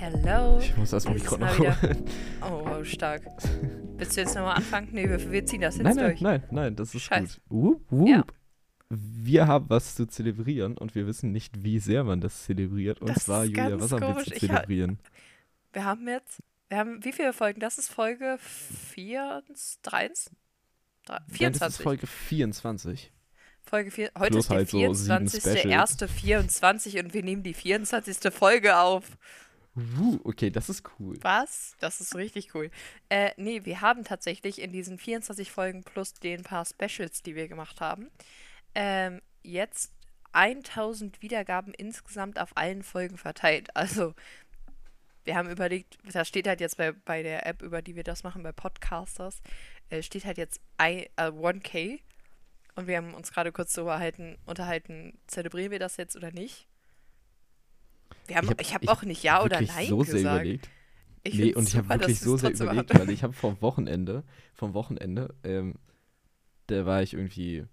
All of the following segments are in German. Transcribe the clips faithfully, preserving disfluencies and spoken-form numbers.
Hello. Ich muss das Es Mikro ist noch mal wieder- holen. Oh, wow, stark. Willst du jetzt nochmal anfangen? Nee, wir, wir ziehen das jetzt Nein, nein, durch. nein, nein, das ist Scheiße. gut. Wup, wup. Ja. Wir haben was zu zelebrieren und wir wissen nicht, wie sehr man das zelebriert. Und Das zwar, ist Julia, ganz was haben wir komisch. zu Ich ha- zelebrieren? Wir haben jetzt, wir haben, wie viele Folgen? Das ist Folge vier, drei, drei, Nein, das ist vierundzwanzig. Folge vierundzwanzig. Folge vier. Heute Plus ist der halt so sieben vierundzwanzigste Specials. erste vierundzwanzig und wir nehmen die vierundzwanzigste Folge auf. Wuh, okay, das ist cool. Was? Das ist richtig cool. Äh, nee, wir haben tatsächlich in diesen vierundzwanzig Folgen plus den paar Specials, die wir gemacht haben, ähm, jetzt tausend Wiedergaben insgesamt auf allen Folgen verteilt. Also, wir haben überlegt, da steht halt jetzt bei, bei der App, über die wir das machen, bei Podcasters, äh, steht halt jetzt I, äh, one K. Und wir haben uns gerade kurz darüber halten, unterhalten, zelebrieren wir das jetzt oder nicht? Wir haben, Ich hab- ich habe ich auch nicht Ja oder wirklich Nein so sehr gesagt. überlegt. Ich Nee, find's und ich habe super, wirklich dass wir so es sehr trotzdem überlegt, machen. weil ich habe vom Wochenende, vom Wochenende, ähm, da war ich irgendwie,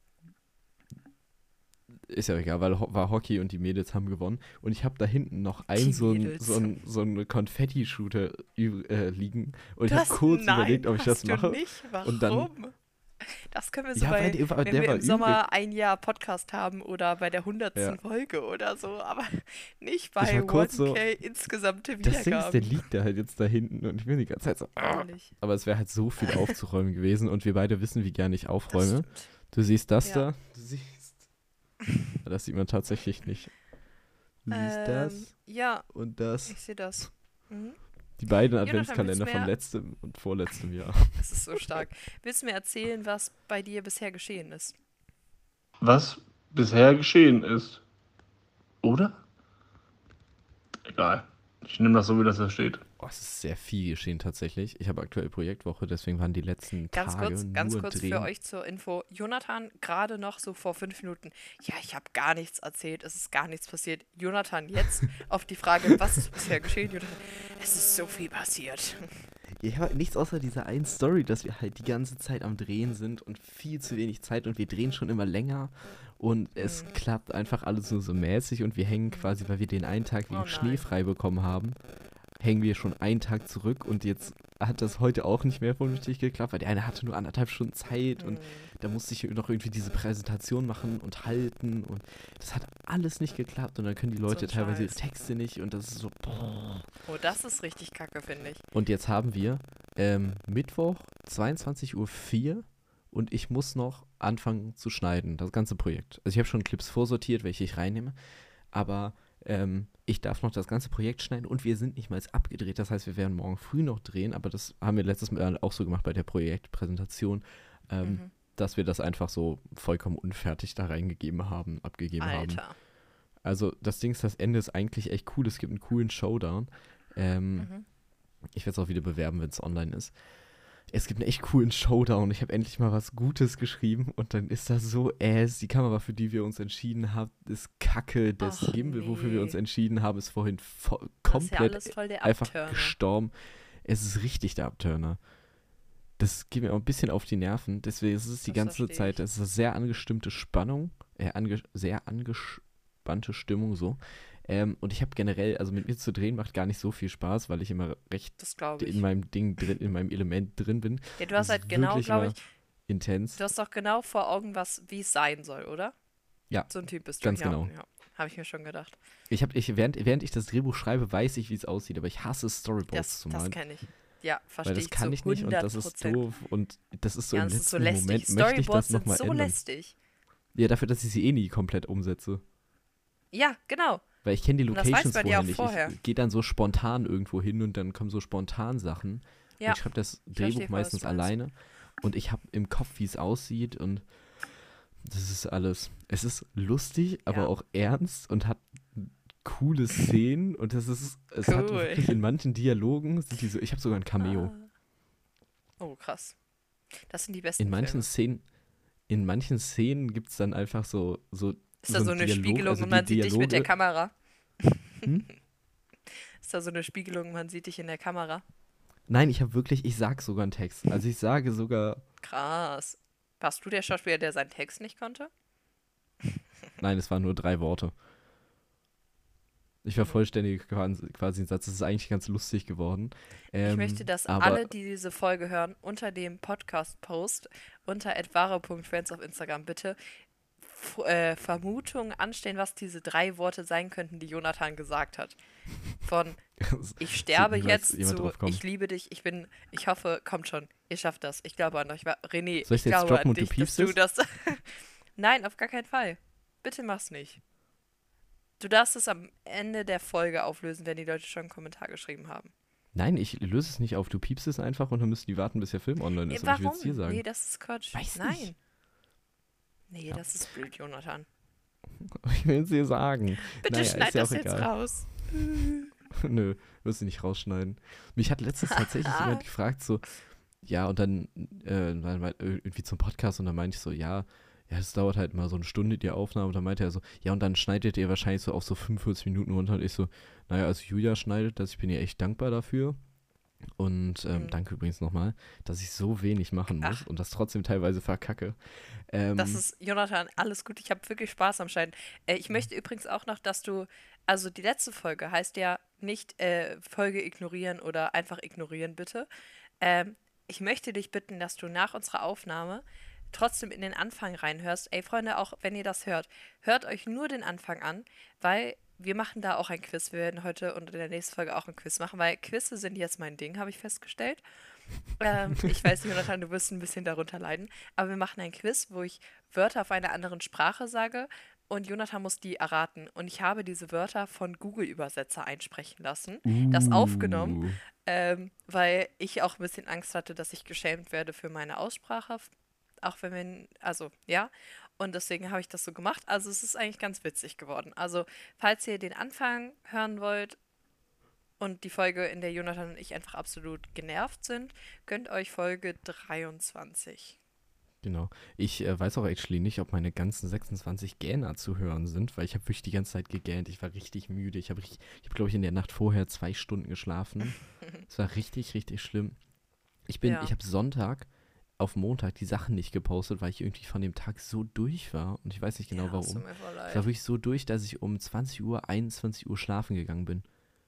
ist ja egal, weil ho- war Hockey und die Mädels haben gewonnen. Und ich habe da hinten noch Die ein so ein, Mädels. so ein, so ein Konfetti-Shooter ü- äh, liegen. Und ich habe Das- kurz nein, überlegt, ob ich das hast mache. du nicht. Warum? Und dann- das können wir so Ja, bei, weil der war- wenn der wir war im Sommer ein Jahr Podcast haben oder bei der hundertsten Ja. Folge oder so, aber nicht Ich bei war kurz so- one K insgesamte Das Ding ist, der Wiedergaben. liegt da halt jetzt da hinten und ich bin die ganze Zeit so. ah. Ehrlich. Aber es wäre halt so viel aufzuräumen gewesen und wir beide wissen, wie gerne ich Das aufräume. stimmt. Du siehst das Ja. da? Du siehst. Das sieht man tatsächlich nicht. Du siehst Ähm, das Ja, und das. ich sehe das. Mhm. Die beiden Jonathan, Adventskalender willst du von mehr- letztem und vorletztem Jahr. Das ist so stark. Willst du mir erzählen, was bei dir bisher geschehen ist? Was bisher geschehen ist. Oder? Egal. Ich nehme das so, wie das da steht. Oh, es ist sehr viel geschehen tatsächlich. Ich habe aktuell Projektwoche, deswegen waren die letzten Ganz Tage kurz, nur ganz kurz drehen. für euch zur Info. Jonathan gerade noch so vor fünf Minuten. Ja, ich habe gar nichts erzählt. Es ist gar nichts passiert. Jonathan jetzt auf die Frage, was ist bisher geschehen? Jonathan, es ist so viel passiert. Ich habe nichts außer dieser einen Story, dass wir halt die ganze Zeit am Drehen sind und viel zu wenig Zeit und wir drehen schon immer länger und es Mhm. klappt einfach alles nur so mäßig und wir hängen quasi, weil wir den einen Tag wegen Oh nein. Schnee frei bekommen haben, hängen wir schon einen Tag zurück und jetzt hat das heute auch nicht mehr vernünftig geklappt, weil der eine hatte nur anderthalb Stunden Zeit und Mhm. da musste ich noch irgendwie diese Präsentation machen und halten und das hat alles nicht geklappt und dann können die So ein Leute teilweise ihre Scheiß. Texte nicht und das ist so, boah. Oh, das ist richtig kacke, finde ich. Und jetzt haben wir ähm, Mittwoch, zweiundzwanzig Uhr vier und ich muss noch anfangen zu schneiden, das ganze Projekt. Also ich habe schon Clips vorsortiert, welche ich reinnehme, aber ähm, ich darf noch das ganze Projekt schneiden und wir sind nicht mal abgedreht. Das heißt, wir werden morgen früh noch drehen, aber das haben wir letztes Mal auch so gemacht bei der Projektpräsentation, ähm, Mhm. dass wir das einfach so vollkommen unfertig da reingegeben haben, abgegeben haben. Alter. Also das Ding ist, das Ende ist eigentlich echt cool. Es gibt einen coolen Showdown. Ähm, Mhm. Ich werde es auch wieder bewerben, wenn es online ist. Es gibt einen echt coolen Showdown. Ich habe endlich mal was Gutes geschrieben und dann ist das so ass. Die Kamera, für die wir uns entschieden haben, ist kacke. Das Ach, Gimbal, wofür wir uns nee. entschieden haben, ist vorhin vo- Das ist ja komplett alles voll der einfach Abturner. gestorben. Es ist richtig der Abturner. Das geht mir auch ein bisschen auf die Nerven. Deswegen ist es die Das ganze versteh Zeit, ich. es ist eine sehr angestimmte Spannung, äh, ange sehr angespannte Stimmung so. Ähm, und ich habe generell, also mit mir zu drehen macht gar nicht so viel Spaß, weil ich immer recht Das glaube ich. in meinem Ding drin, in meinem Element drin bin. Ja, du hast Das halt ist genau, wirklich glaube immer ich, intens. du hast doch genau vor Augen, was, wie es sein soll, oder? Ja, So ein Typ bist du. ganz ja, genau. Ja, habe ich mir schon gedacht. Ich habe, ich, während, während ich das Drehbuch schreibe, weiß ich, wie es aussieht, aber ich hasse Storyboards Das, zu das malen. kenne ich. Ja, Weil verstehe das ich kann zu ich nicht und das ist hundert Prozent. doof und das ist so Ja, im das ist so letzten lästig. Moment, möchte ich Storyboards das nochmal sind so ändern. lästig. Ja, dafür, dass ich sie eh nie komplett umsetze. Ja, genau. Weil ich kenne die Und das weiß Locations man ja vorher auch nicht. vorher. Ich gehe dann so spontan irgendwo hin und dann kommen so spontan Sachen. Ja, Und ich schreibe das versteh Drehbuch voll, was meistens du meinst. alleine und ich habe im Kopf, wie es aussieht und das ist alles. Es ist lustig, aber Ja. auch ernst und hat coole Szenen und das ist, es hat Cool. wirklich in manchen Dialogen, sind die so, ich habe sogar ein Cameo. Ah. Oh, krass. Das sind die besten In manchen Filme. Szenen, in manchen Szenen gibt es dann einfach so, so Ist da so ein eine Dialog, Spiegelung also und die man sieht dich mit der Dialoge- Kamera? Hm? Ist da so eine Spiegelung und man sieht dich in der Kamera? Nein, ich habe wirklich, ich sag sogar einen Text. Also ich sage sogar, Krass. Warst du der Schauspieler, der seinen Text nicht konnte? nein, es waren nur drei Worte. Ich Mhm. vervollständige quasi quasi den Satz. Das ist eigentlich ganz lustig geworden. Ich möchte, Ähm, dass aber alle, die diese Folge hören, unter dem Podcast-Post unter advaro punkt friends auf Instagram bitte F äh, Vermutungen anstellen, was diese drei Worte sein könnten, die Jonathan gesagt hat. Von es ich es wird sterbe niemals jetzt jemand zu drauf kommen. ich liebe dich, ich bin, ich hoffe, kommt schon, ihr schafft das. Ich glaube an euch. Wa- René, Soll ich ich es jetzt glaube droppen an und du dich, dass piepst du es? das. Nein, auf gar keinen Fall. Bitte mach's nicht. Du darfst es am Ende der Folge auflösen, wenn die Leute schon einen Kommentar geschrieben haben. Nein, ich löse es nicht auf. Du piepst es einfach und dann müssen die warten, bis der Film online Äh, ist. Aber ich will es dir warum? sagen. Nee, das ist Quatsch. Weiß nicht. Nein. Nee, Ja, das ist blöd, Jonathan. ich will es dir sagen. Bitte Naja, ist schneid ja das auch jetzt egal. raus. Nö, wirst du nicht rausschneiden. Mich hat letztens tatsächlich jemand gefragt, so, ja, und dann äh, weil- weil, äh, irgendwie zum Podcast und dann meinte ich so, ja, ja, es dauert halt mal so eine Stunde die Aufnahme und dann meinte er so, ja, und dann schneidet ihr wahrscheinlich so auf so fünfundvierzig Minuten runter und ich so, naja, also Julia schneidet das, ich bin ihr echt dankbar dafür und ähm, Hm. danke übrigens nochmal, dass ich so wenig machen muss Ach, und das trotzdem teilweise verkacke. das Ähm, ist, Jonathan, alles gut. Ich habe wirklich Spaß am Schneiden. Äh, ich möchte übrigens auch noch, dass du, also die letzte Folge heißt ja nicht äh, Folge ignorieren oder einfach ignorieren, bitte. Ähm, ich möchte dich bitten, dass du nach unserer Aufnahme trotzdem in den Anfang reinhörst. Ey, Freunde, auch wenn ihr das hört, hört euch nur den Anfang an, weil wir machen da auch ein Quiz. Wir werden heute und in der nächsten Folge auch ein Quiz machen, weil Quizze sind jetzt mein Ding, habe ich festgestellt. Ähm, ich weiß, Jonathan, du wirst ein bisschen darunter leiden, aber wir machen ein Quiz, wo ich Wörter auf einer anderen Sprache sage und Jonathan muss die erraten. Und ich habe diese Wörter von Google-Übersetzer einsprechen lassen, das aufgenommen, uh, ähm, weil ich auch ein bisschen Angst hatte, dass ich geschämt werde für meine Aussprache, auch wenn wir, also ja. Und deswegen habe ich das so gemacht. Also es ist eigentlich ganz witzig geworden. Also falls ihr den Anfang hören wollt, und die Folge, in der Jonathan und ich einfach absolut genervt sind, gönnt euch Folge dreiundzwanzig. genau. Ich äh, weiß auch actually nicht, ob meine ganzen sechsundzwanzig Gähner zu hören sind, weil ich habe wirklich die ganze Zeit gegähnt. Ich war richtig müde. Ich habe, ich habe glaube ich, in der Nacht vorher zwei Stunden geschlafen. Es war richtig, richtig schlimm. Ich bin, ich Ja, habe Sonntag auf Montag die Sachen nicht gepostet, weil ich irgendwie von dem Tag so durch war. Und ich weiß nicht genau ja, es tut warum. mir voll Ich war leid. wirklich so durch, dass ich um zwanzig Uhr, einundzwanzig Uhr schlafen gegangen bin.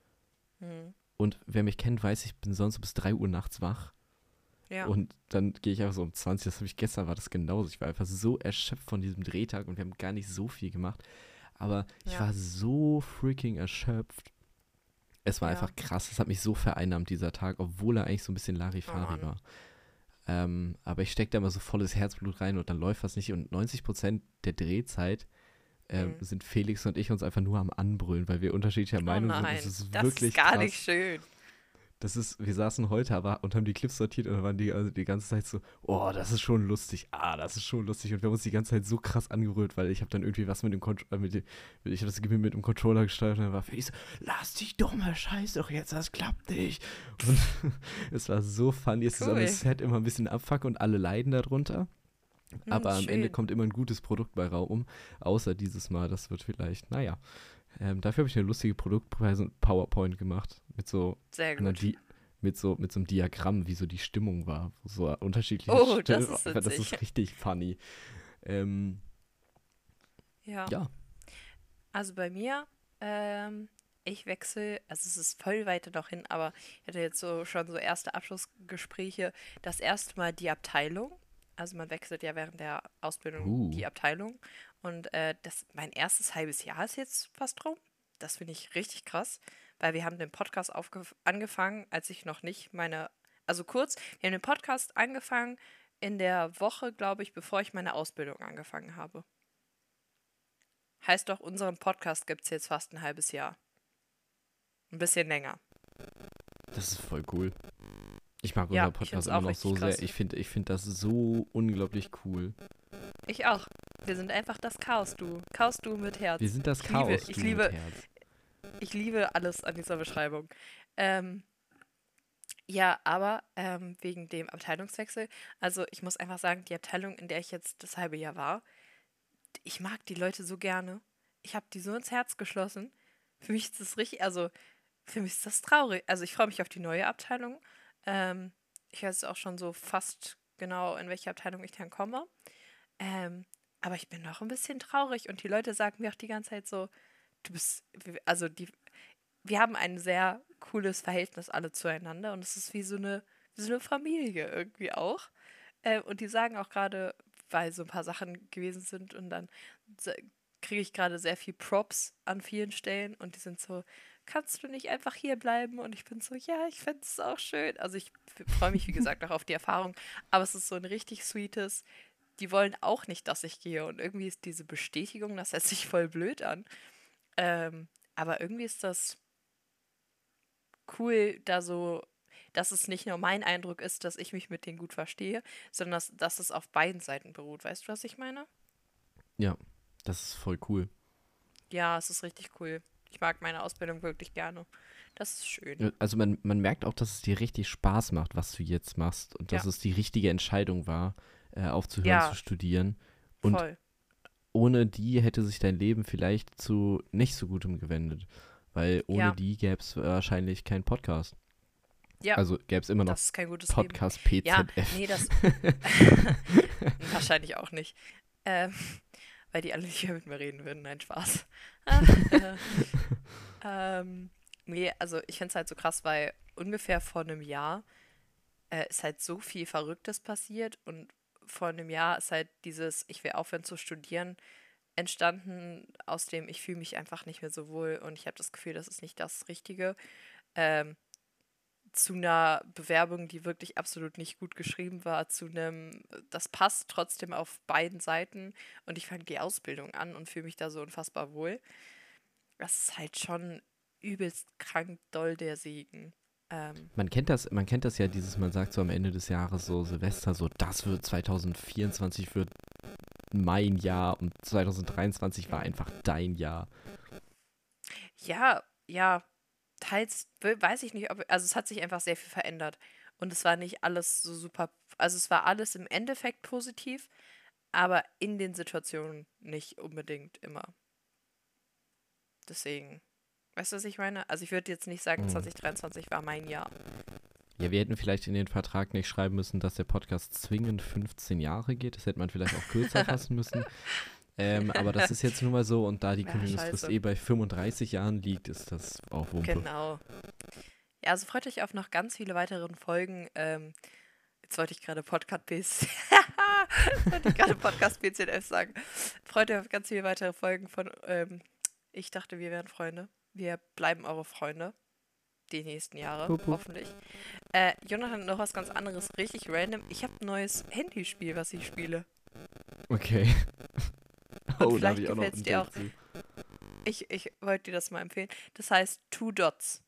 Hm. Und wer mich kennt, weiß, ich bin sonst so bis drei Uhr nachts wach. Ja, Und dann gehe ich einfach so um zwanzig, das habe ich gestern, war das genauso. Ich war einfach so erschöpft von diesem Drehtag und wir haben gar nicht so viel gemacht. Aber ich ja, war so freaking erschöpft. Es war ja. einfach krass. Es hat mich so vereinnahmt, dieser Tag, obwohl er eigentlich so ein bisschen Oh Larifari Mann. war. Ähm, aber ich stecke da immer so volles Herzblut rein und dann läuft das nicht. Und neunzig Prozent der Drehzeit ähm, Hm. sind Felix und ich uns einfach nur am Anbrüllen, weil wir unterschiedlicher Oh Meinung sind. Das nein, ist das ist wirklich gar nicht krass. schön. Das ist, wir saßen heute aber und haben die Clips sortiert und dann waren die also die ganze Zeit so, oh, das ist schon lustig, ah, das ist schon lustig. Und wir haben uns die ganze Zeit so krass angerührt, weil ich habe dann irgendwie was mit dem Controller, mit dem, ich habe das Gebiet mit dem Controller gesteuert und dann war Felix so, lass die dumme Scheiße doch jetzt, das klappt nicht. Und es war so funny, es ist am Cool. Set immer ein bisschen Abfuck und alle leiden darunter. Hm, Aber am Ende schön. kommt immer ein gutes Produkt bei Raum, außer dieses Mal, das wird vielleicht, naja. Ähm, dafür habe ich eine lustige Produkt-PowerPoint gemacht mit so Sehr einer gut. Di mit so mit so einem Diagramm, wie so die Stimmung war, wo so unterschiedliche Oh, das Stimmen. ist Das witzig. ist richtig funny. Ähm, Ja, ja, also bei mir, ähm, ich wechsle, also es ist voll weiter noch hin, aber ich hatte jetzt so schon so erste Abschlussgespräche. Das erste Mal die Abteilung. Also man wechselt ja während der Ausbildung uh, die Abteilung. Und äh, das, mein erstes halbes Jahr ist jetzt fast rum. Das finde ich richtig krass, weil wir haben den Podcast aufgef- angefangen, als ich noch nicht meine, also kurz, wir haben den Podcast angefangen in der Woche, glaube ich, bevor ich meine Ausbildung angefangen habe. Heißt doch, unseren Podcast gibt es jetzt fast ein halbes Jahr. Ein bisschen länger. das ist voll cool. Ich mag Ja, unseren ich finde Podcast es immer auch noch richtig so sehr. krass. Ich finde ich find das so unglaublich cool. Ich auch. Wir sind einfach das Chaos, du. Chaos, du mit Wir Herz. sind das Ich liebe, Chaos, ich du mit liebe, Herz. ich liebe alles an dieser Beschreibung. Ähm, ja, aber ähm, wegen dem Abteilungswechsel, also ich muss einfach sagen, die Abteilung, in der ich jetzt das halbe Jahr war, ich mag die Leute so gerne. Ich habe die so ins Herz geschlossen. Für mich ist das richtig, also für mich ist das traurig. Also ich freue mich auf die neue Abteilung. Ähm, ich weiß auch schon so fast genau, in welche Abteilung ich dann komme. Ähm, aber ich bin noch ein bisschen traurig und die Leute sagen mir auch die ganze Zeit so, du bist, also die, wir haben ein sehr cooles Verhältnis alle zueinander und es ist wie so eine, wie so eine Familie irgendwie auch. Äh, und die sagen auch gerade, weil so ein paar Sachen gewesen sind und dann se- kriege ich gerade sehr viel Props an vielen Stellen und die sind so, kannst du nicht einfach hier bleiben? Und ich bin so, ja, ich fände es auch schön. Also ich freue mich, wie gesagt, auch auf die Erfahrung, aber es ist so ein richtig sweetes, die wollen auch nicht, dass ich gehe und irgendwie ist diese Bestätigung, das hört sich voll blöd an. Ähm, aber irgendwie ist das cool, da so, dass es nicht nur mein Eindruck ist, dass ich mich mit denen gut verstehe, sondern dass, dass es auf beiden Seiten beruht. Weißt du, was ich meine? Ja, das ist voll cool. Ja, es ist richtig cool. Ich mag meine Ausbildung wirklich gerne. Das ist schön. Ja, also man, man merkt auch, dass es dir richtig Spaß macht, was du jetzt machst und dass Ja, es die richtige Entscheidung war, äh, aufzuhören zu ja, studieren. Und voll. ohne die hätte sich dein Leben vielleicht zu nicht so gutem gewendet, weil ohne Ja, die gäbe es wahrscheinlich keinen Podcast. ja, Also gäbe es immer noch das ist kein gutes Leben. Podcast Ja, P Z F. nee, das wahrscheinlich auch nicht. Ähm, weil die alle nicht mehr mit mir reden würden. Nein, Spaß. ähm, nee, also ich finde es halt so krass, weil ungefähr vor einem Jahr äh, ist halt so viel Verrücktes passiert und vor einem Jahr ist halt dieses, ich will aufhören zu studieren, entstanden, aus dem ich fühle mich einfach nicht mehr so wohl und ich habe das Gefühl, das ist nicht das Richtige. Ähm, zu einer Bewerbung, die wirklich absolut nicht gut geschrieben war, zu einem, das passt trotzdem auf beiden Seiten und ich fange die Ausbildung an und fühle mich da so unfassbar wohl. Das ist halt schon übelst krank doll der Segen. Ähm, Man kennt das, man kennt das ja, dieses, man sagt so am Ende des Jahres so Silvester, so das wird zwanzig vierundzwanzig wird mein Jahr und zwanzig dreiundzwanzig war einfach dein Jahr. ja, ja, teils we- weiß ich nicht, ob, also es hat sich einfach sehr viel verändert und es war nicht alles so super, also es war alles im Endeffekt positiv, aber in den Situationen nicht unbedingt immer. Deswegen, weißt du, was ich meine? Also ich würde jetzt nicht sagen, Mhm. zwanzig dreiundzwanzig war mein Jahr. Ja, wir hätten vielleicht in den Vertrag nicht schreiben müssen, dass der Podcast zwingend fünfzehn Jahre geht. Das hätte man vielleicht auch kürzer fassen müssen. Ähm, aber das ist jetzt nun mal so und da die Ja, Kündigungsfrist scheiße. eh bei fünfunddreißig Jahren liegt, ist das auch Wumpe. Genau. Ja, also freut euch auf noch ganz viele weitere Folgen. Ähm, jetzt wollte ich gerade Podcast P C. Jetzt wollte ich gerade Podcast P C N F sagen. Freut euch auf ganz viele weitere Folgen von ähm, Ich dachte, wir wären Freunde. Wir bleiben eure Freunde. Die nächsten Jahre, Pup, pup. hoffentlich. Äh, Jonathan, noch was ganz anderes, richtig random. Ich habe ein neues Handyspiel, was ich spiele. Okay. Und Oh, da habe vielleicht ich auch noch gefällt es ein dir Date auch. zu. Ich, ich wollte dir das mal empfehlen. Das heißt Two Dots.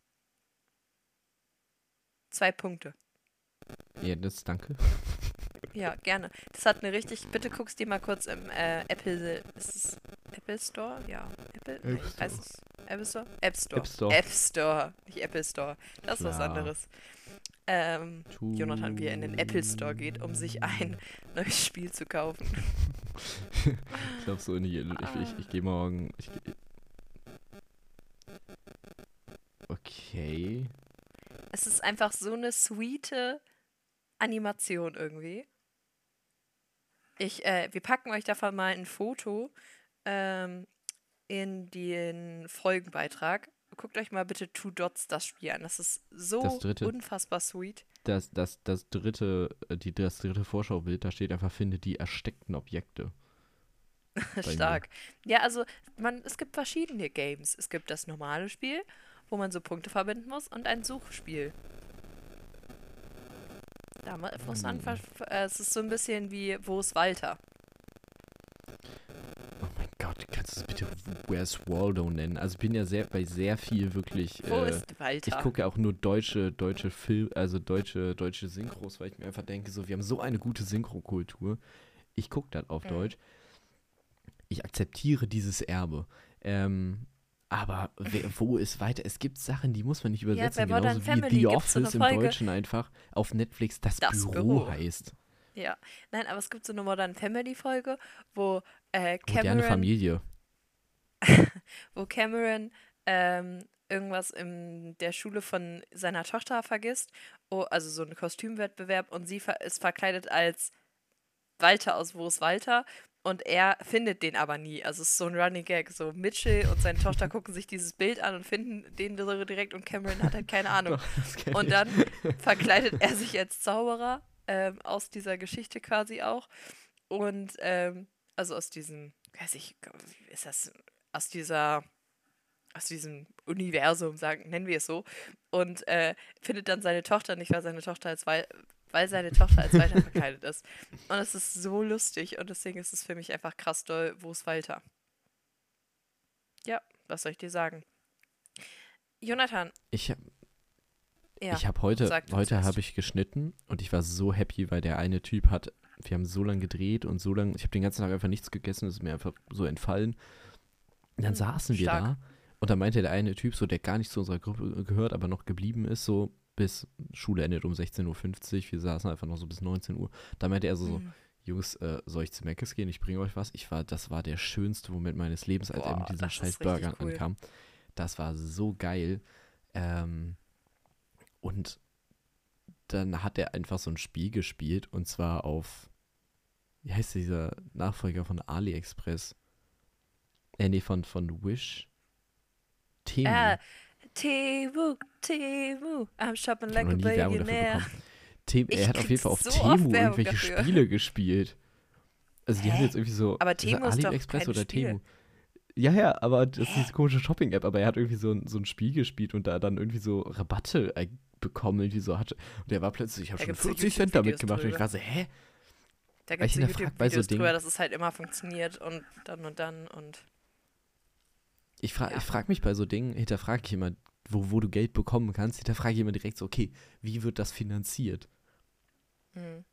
Zwei Punkte. Ja, das danke. Ja, gerne. Das hat eine richtig. Bitte guckst dir mal kurz im äh, Apple. Ist es Apple Store? Ja. Apple? Nee, App Store. heißt es Apple Store? App Store. App Store. App Store, nicht Apple Store. Das ist was Klar. anderes. Ähm, Tu- Jonathan, wie er in den Apple Store geht, um sich ein neues Spiel zu kaufen. Ich glaube so nicht. Ich, ich, ich gehe morgen. Ich, geh- okay. Es ist einfach so eine sweete Animation irgendwie. Ich, äh, wir packen euch davon mal ein Foto ähm, in den Folgenbeitrag. Guckt euch mal bitte Two Dots das Spiel an. Das ist so Das dritte. unfassbar sweet. Das, das, das dritte, äh, die, das dritte Vorschaubild, da steht einfach, finde die ersteckten Objekte. Bei mir. Stark. Ja, also man, es gibt verschiedene Games. Es gibt das normale Spiel, wo man so Punkte verbinden muss, und ein Suchspiel. Da mu- muss man, Hm. ver- äh, es ist so ein bisschen wie Wo ist Walter? Oh mein Gott, kannst du es bitte Where's Waldo nennen? Also ich bin ja sehr bei sehr viel wirklich. Wo Äh, ist Walter? ich gucke ja auch nur deutsche, deutsche Film, also deutsche, deutsche Synchros, weil ich mir einfach denke, so, wir haben so eine gute Synchrokultur. Ich gucke das auf Mhm. Deutsch. Ich akzeptiere dieses Erbe. Ähm, aber wer, wo ist weiter? Es gibt Sachen, die muss man nicht übersetzen, bei Modern genauso wie Family The gibt's so eine Office im Folge. Deutschen einfach auf Netflix das, Das Büro, Büro. heißt. Ja, nein, aber es gibt so eine Modern Family Folge, wo äh, Moderne Cameron, Familie. wo Cameron ähm, irgendwas in der Schule von seiner Tochter vergisst, oh, also so ein Kostümwettbewerb, und sie ver ist verkleidet als Walter aus Wo ist Walter, Und er findet den aber nie. Also es ist so ein Running Gag. So Mitchell und seine Tochter gucken sich dieses Bild an und finden den so direkt und Cameron hat halt keine Ahnung. Doch, das kenn Und ich. dann verkleidet er sich als Zauberer ähm, aus dieser Geschichte quasi auch. Und ähm, also aus diesem, weiß ich, wie ist das, aus dieser, aus diesem Universum, sagen, nennen wir es so. Und äh, findet dann seine Tochter nicht, weil seine Tochter als Wal weil seine Tochter als Walter verkleidet ist. Und es ist so lustig und deswegen ist es für mich einfach krass doll, wo ist Walter? Ja, was soll ich dir sagen? Jonathan, Ich, hab- ja, ich habe heute, sag du heute zuerst. habe ich geschnitten und ich war so happy, weil der eine Typ hat, wir haben so lange gedreht und so lange, ich habe den ganzen Tag einfach nichts gegessen, es ist mir einfach so entfallen. Und dann Hm, saßen wir stark. da und dann meinte der eine Typ, so der gar nicht zu unserer Gruppe gehört, aber noch geblieben ist, so bis Schule endet um sechzehn Uhr fünfzig, wir saßen einfach noch so bis neunzehn Uhr. Da meinte er so, so Hm. Jungs, äh, soll ich zu Mc's gehen? Ich bringe euch was. Ich war, das war der schönste Moment meines Lebens, als er Boah, mit diesen das ist scheiß richtig Burgern cool. ankam. Das war so geil. Ähm, und dann hat er einfach so ein Spiel gespielt und zwar auf, wie heißt dieser Nachfolger von AliExpress? Äh, nee, von, von Wish. Temu. Ah, Temu, Temu, I'm shopping Ich like habe a noch nie Werbung dafür billionaire. bekommen. Tem Ich er hat auf krieg jeden Fall auf so oft Temu Werbung irgendwelche dafür. Spiele gespielt. Also die haben Hä? jetzt irgendwie so, Aber ist das Temu ist doch AliExpress kein oder Spiel. Temu? Ja, ja, aber das ist Hä? diese komische Shopping-App, aber er hat irgendwie so ein, so ein Spiel gespielt und da dann irgendwie so Rabatte äh, bekommen, irgendwie so hatte. Und der war plötzlich, ich habe Da schon gibt's so vierzig Cent damit YouTube-Videos gemacht und ich drüber. war so, hä? Da Weil gibt ich es so hinterfrag bei so YouTube-Videos drüber, Dingen, dass es halt immer funktioniert und dann und dann und ich frage ja. ich frag mich bei so Dingen, hinterfrage ich immer, wo, wo du Geld bekommen kannst, hinterfrage ich immer direkt so, okay, wie wird das finanziert? Hm.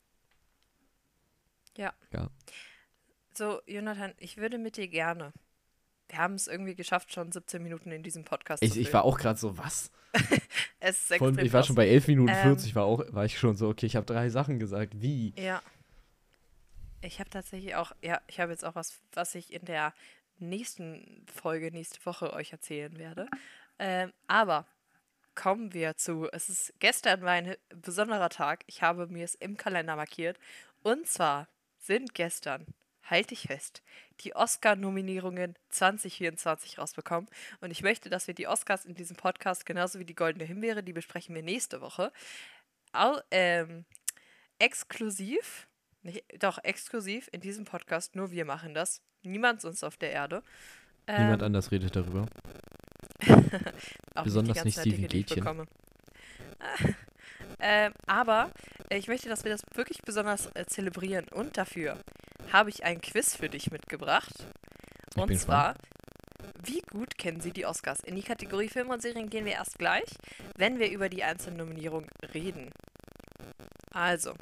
Ja. Ja. So, Jonathan, ich würde mit dir gerne. Wir haben es irgendwie geschafft, schon siebzehn Minuten in diesem Podcast Ich, zu ich füllen. war auch gerade so, was? Es ist Von, extrem ich war krass. schon bei elf Minuten Ähm, vierzig, war, auch, war ich schon so, okay, ich habe drei Sachen gesagt, wie? Ja. Ich habe tatsächlich auch, ja, ich habe jetzt auch was, was ich in der nächsten Folge, nächste Woche euch erzählen werde. Ähm, aber kommen wir zu, es ist, gestern war ein besonderer Tag. Ich habe mir es im Kalender markiert. Und zwar sind gestern, halte ich fest, die Oscar-Nominierungen zwanzig vierundzwanzig rausbekommen. Und ich möchte, dass wir die Oscars in diesem Podcast, genauso wie die Goldene Himbeere, die besprechen wir nächste Woche, au, ähm, exklusiv, nicht, doch exklusiv in diesem Podcast, nur wir machen das, niemand sonst auf der Erde. Niemand Ähm, anders redet darüber. auch Besonders die nicht ganzen Steven Artikel, die ich Gätchen. bekomme. ähm, aber äh, ich möchte, dass wir das wirklich besonders äh, zelebrieren. Und dafür habe ich ein Quiz für dich mitgebracht. Ich Und bin zwar, wie gut kennen Sie die Oscars? In die Kategorie Filme und Serien gehen wir erst gleich, wenn wir über die einzelnen Nominierungen reden. Also.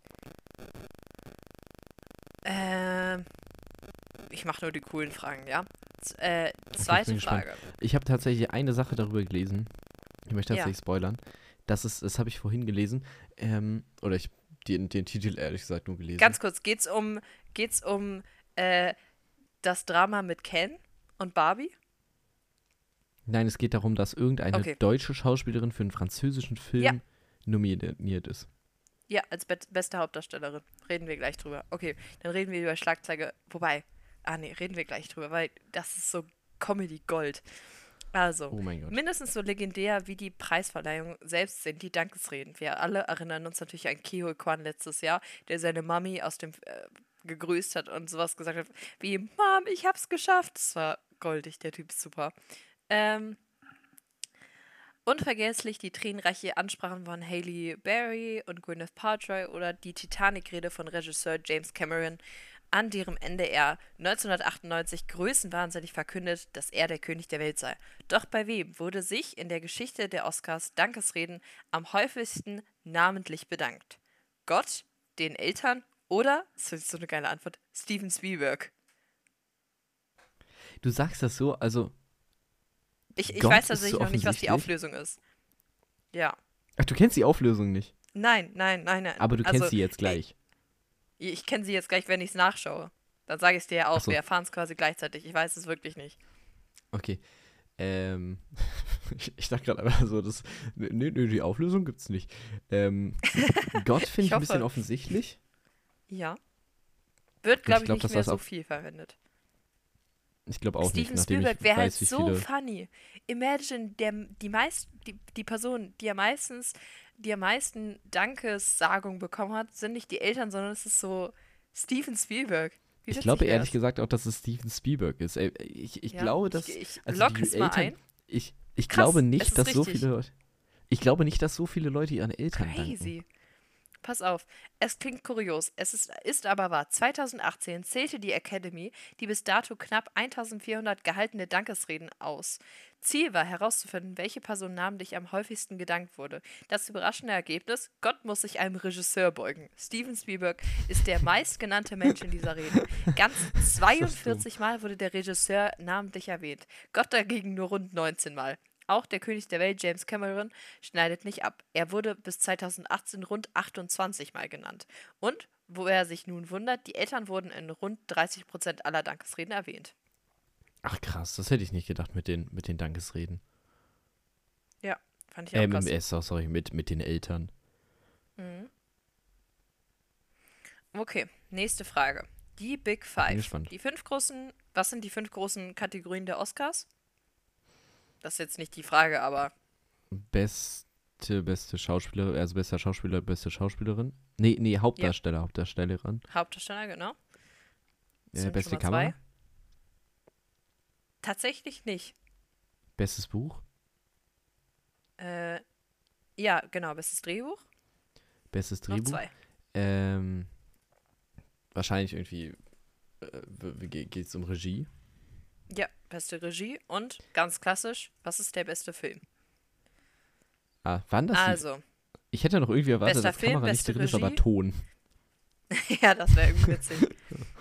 Ähm. Ich mache nur die coolen Fragen, ja? Z äh, zweite bin gespannt. Frage. Ich habe tatsächlich eine Sache darüber gelesen. Ich möchte Ja. tatsächlich spoilern. Das ist, das habe ich vorhin gelesen. Ähm, oder ich den, den Titel ehrlich gesagt nur gelesen. Ganz kurz, geht's um, geht's um äh, das Drama mit Ken und Barbie? Nein, es geht darum, dass irgendeine Okay. deutsche Schauspielerin für einen französischen Film Ja. nominiert ist. Ja, als be beste Hauptdarstellerin. Reden wir gleich drüber. Okay, dann reden wir über Schlagzeuge. Wobei, ah nee, reden wir gleich drüber, weil das ist so Comedy-Gold. Also, Oh mein Gott. mindestens so legendär wie die Preisverleihung selbst sind die Dankesreden. Wir alle erinnern uns natürlich an Keo Kwan letztes Jahr, der seine Mami aus dem äh, gegrüßt hat und sowas gesagt hat wie Mom, ich hab's geschafft. Das war goldig, der Typ ist super. Ähm, unvergesslich die tränenreiche Ansprachen von Halle Berry und Gwyneth Paltrow oder die Titanic-Rede von Regisseur James Cameron, an deren Ende er neunzehnhundertachtundneunzig größenwahnsinnig verkündet, dass er der König der Welt sei. Doch bei wem wurde sich in der Geschichte der Oscars Dankesreden am häufigsten namentlich bedankt? Gott, den Eltern oder, das ist so eine geile Antwort, Steven Spielberg. Du sagst das so, also. Ich, ich Gott weiß ist tatsächlich so noch nicht, was die offensichtlich? Auflösung ist. Ja. Ach, du kennst die Auflösung nicht. Nein, nein, nein, nein. Aber du Also, kennst sie jetzt gleich. Ich, ich kenne sie jetzt gleich, wenn ich es nachschaue. Dann sage ich es dir ja auch. Ach so. Wir erfahren es quasi gleichzeitig. Ich weiß es wirklich nicht. Okay. Ähm. ich, ich dachte gerade einfach so, das. Nö, nö, die Auflösung gibt's nicht. Ähm. Gott finde ich, Ich ein bisschen hoffe. offensichtlich. Ja. Wird, Und glaube ich ich, glaube, nicht das mehr war's so auch. viel verwendet. Ich glaube auch nicht, Steven nachdem ich Spielberg wäre halt weiß, wie so viele. funny. Imagine, der, die, meist, die, die Person, die am meistens, die am meisten Dankessagung bekommen hat, sind nicht die Eltern, sondern es ist so Steven Spielberg. Wie Ich witzig glaube wäre ehrlich das? gesagt auch, dass es Steven Spielberg ist. Ey, Ich, ich Ja, glaube, ich, dass, ich also lock die es mal Eltern, ein. ich, ich glaube Krass, es nicht, ist dass so richtig. viele Leute, ich glaube nicht, dass so viele Leute ihren Eltern danken. Crazy. Pass auf, es klingt kurios, es ist, ist aber wahr. zweitausendachtzehn zählte die Academy die bis dato knapp eintausendvierhundert gehaltene Dankesreden aus. Ziel war herauszufinden, welche Person namentlich am häufigsten gedankt wurde. Das überraschende Ergebnis: Gott muss sich einem Regisseur beugen. Steven Spielberg ist der meistgenannte Mensch in dieser Rede. Ganze Ist das dumm? zweiundvierzig Mal wurde der Regisseur namentlich erwähnt. Gott dagegen nur rund neunzehn Mal. Auch der König der Welt, James Cameron, schneidet nicht ab. Er wurde bis zweitausendachtzehn rund achtundzwanzig Mal genannt. Und, wo er sich nun wundert, die Eltern wurden in rund dreißig Prozent aller Dankesreden erwähnt. Ach krass, das hätte ich nicht gedacht mit den, mit den Dankesreden. Ja, fand ich auch Ähm, krass. äh, so- sorry, mit, mit den Eltern. Mhm. Okay, nächste Frage. Die Big Bin Five. gespannt. Die fünf großen, was sind die fünf großen Kategorien der Oscars? Das ist jetzt nicht die Frage, aber Beste, beste Schauspieler, also bester Schauspieler, beste Schauspielerin. Nee, nee, Hauptdarsteller, Hauptdarstellerin. Hauptdarsteller, genau. Das Äh, sind beste schon mal Kamera. zwei. Tatsächlich nicht. Bestes Buch. Äh, ja, genau, bestes Drehbuch. Bestes Noch Drehbuch. zwei. Ähm, wahrscheinlich irgendwie äh, geht es um Regie. Ja, beste Regie und ganz klassisch, was ist der beste Film? Ah, waren das die? Also, Ich hätte noch irgendwie erwartet, bester dass Film, Kamera nicht beste drin ist, aber Regie. Ton. ja, das wäre irgendwie witzig.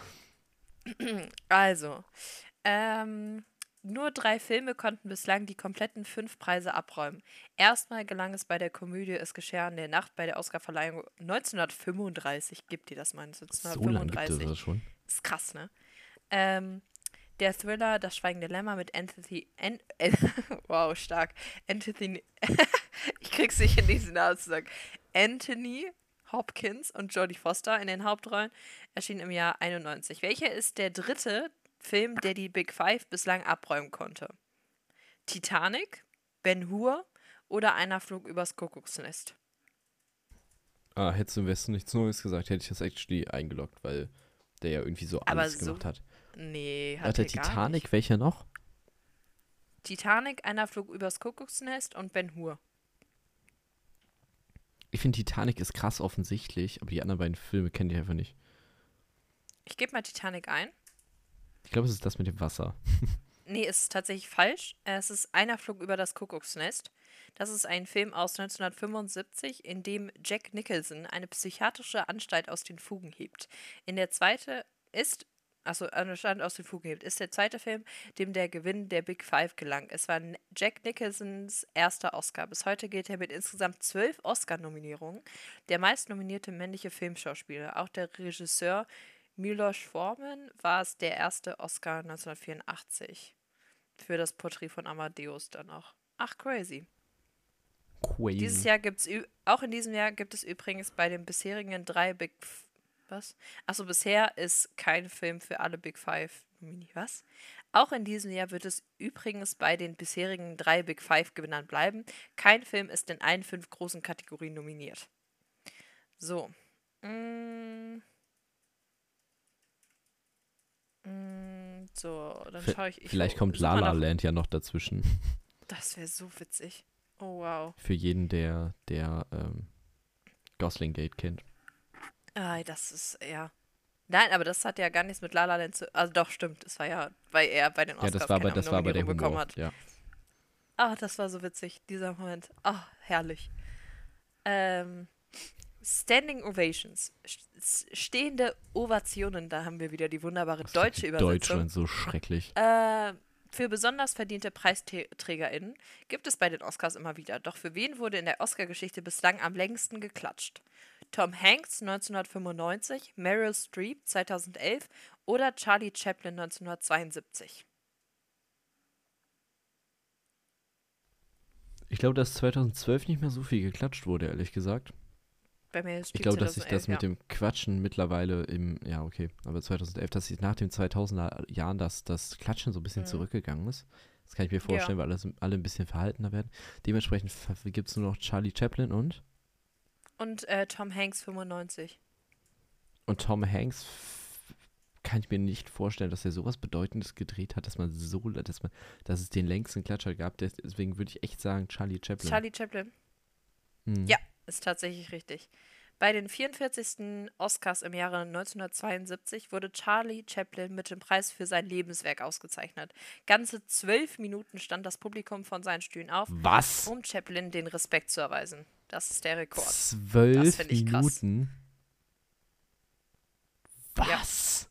Also, ähm, nur drei Filme konnten bislang die kompletten fünf Preise abräumen. Erstmal gelang es bei der Komödie Es geschah in der Nacht bei der Oscarverleihung neunzehnhundertfünfunddreißig. Gibt dir das mal? So lange gibt es neunzehnhundertfünfunddreißig. das schon. Ist krass, ne? Ähm, der Thriller Das Schweigende Lämmer mit Anthony. An, äh, wow, stark. Anthony. ich krieg's nicht in diesen Namen zu sagen. Anthony Hopkins und Jodie Foster in den Hauptrollen erschien im Jahr einundneunzig. Welcher ist der dritte Film, der die Big Five bislang abräumen konnte? Titanic, Ben-Hur oder Einer flog übers Kuckucksnest? Ah, hättest du im Westen nichts Neues gesagt, hätte ich das actually eingeloggt, weil der ja irgendwie so Aber alles so- gemacht hat. Nee, hat Warte, er gar Titanic, nicht. welcher noch? Titanic, Einer flog übers Kuckucksnest und Ben-Hur. Ich finde, Titanic ist krass offensichtlich, aber die anderen beiden Filme kenne ich einfach nicht. Ich gebe mal Titanic ein. Ich glaube, es ist das mit dem Wasser. Nee, es ist tatsächlich falsch. Es ist Einer flog über das Kuckucksnest. Das ist ein Film aus neunzehnhundertfünfundsiebzig, in dem Jack Nicholson eine psychiatrische Anstalt aus den Fugen hebt. In der zweite ist, also Anstalt aus den Fugen hebt, ist der zweite Film, dem der Gewinn der Big Five gelang. Es war N- Jack Nicholsons erster Oscar. Bis heute gilt er mit insgesamt zwölf Oscar-Nominierungen. Der meistnominierte männliche Filmschauspieler. Auch der Regisseur Milos Forman war es der erste Oscar neunzehnhundertvierundachtzig. Für das Porträt von Amadeus dann auch. Ach, crazy. Dieses Crazy. Jahr gibt's ü- auch in diesem Jahr gibt es übrigens bei den bisherigen drei Big F was? Achso, bisher ist kein Film für alle Big Five nominiert. Was? Auch in diesem Jahr wird es übrigens bei den bisherigen drei Big Five Gewinnern bleiben. Kein Film ist in allen fünf großen Kategorien nominiert. So. Mm. Mm, so, dann V- schaue ich. ich Vielleicht kommt such mal La La noch- Land ja noch dazwischen. Das wäre so witzig. Oh, wow. Für jeden, der, der ähm, Gosling Gate kennt. Ah, das ist, ja. Nein, aber das hat ja gar nichts mit La La Land zu. Also doch, stimmt. Es war ja, weil er bei den Ja, Oscars das war, bei, keine das war bei der Nominierung bekommen Humor. hat. Ja. Ah, das war so witzig, dieser Moment. Ah, herrlich. Ähm, Standing Ovations. S- Stehende Ovationen, da haben wir wieder die wunderbare Das deutsche klingt Übersetzung. Deutschland so schrecklich. Äh, für besonders verdiente PreisträgerInnen gibt es bei den Oscars immer wieder. Doch für wen wurde in der Oscar-Geschichte bislang am längsten geklatscht? Tom Hanks neunzehnhundertfünfundneunzig, Meryl Streep zweitausendelf oder Charlie Chaplin neunzehnhundertzweiundsiebzig? Ich glaube, dass zweitausendzwölf nicht mehr so viel geklatscht wurde, ehrlich gesagt. Bei mir ist Ich glaube, Spiel dass sich das zwanzig elf, mit dem Quatschen mittlerweile im, ja okay, aber zwanzig elf, dass sich nach den zweitausender Jahren das, das Klatschen so ein bisschen Mhm. zurückgegangen ist. Das kann ich mir Ja. vorstellen, weil alle, alle ein bisschen verhaltener werden. Dementsprechend gibt es nur noch Charlie Chaplin und Und äh, Tom Hanks fünfundneunzig. und Tom Hanks f- kann ich mir nicht vorstellen, dass er sowas Bedeutendes gedreht hat, dass man so, dass man, dass es den längsten Klatscher gab. Des- Deswegen würde ich echt sagen Charlie Chaplin. Charlie Chaplin. Hm. Ja. Ist tatsächlich richtig. Bei den vierundvierzigsten Oscars im Jahre neunzehnhundertzweiundsiebzig wurde Charlie Chaplin mit dem Preis für sein Lebenswerk ausgezeichnet. Ganze zwölf Minuten stand das Publikum von seinen Stühlen auf, Was? um Chaplin den Respekt zu erweisen. Das ist der Rekord. Das Zwölf finde ich krass. Minuten? Ja. Was?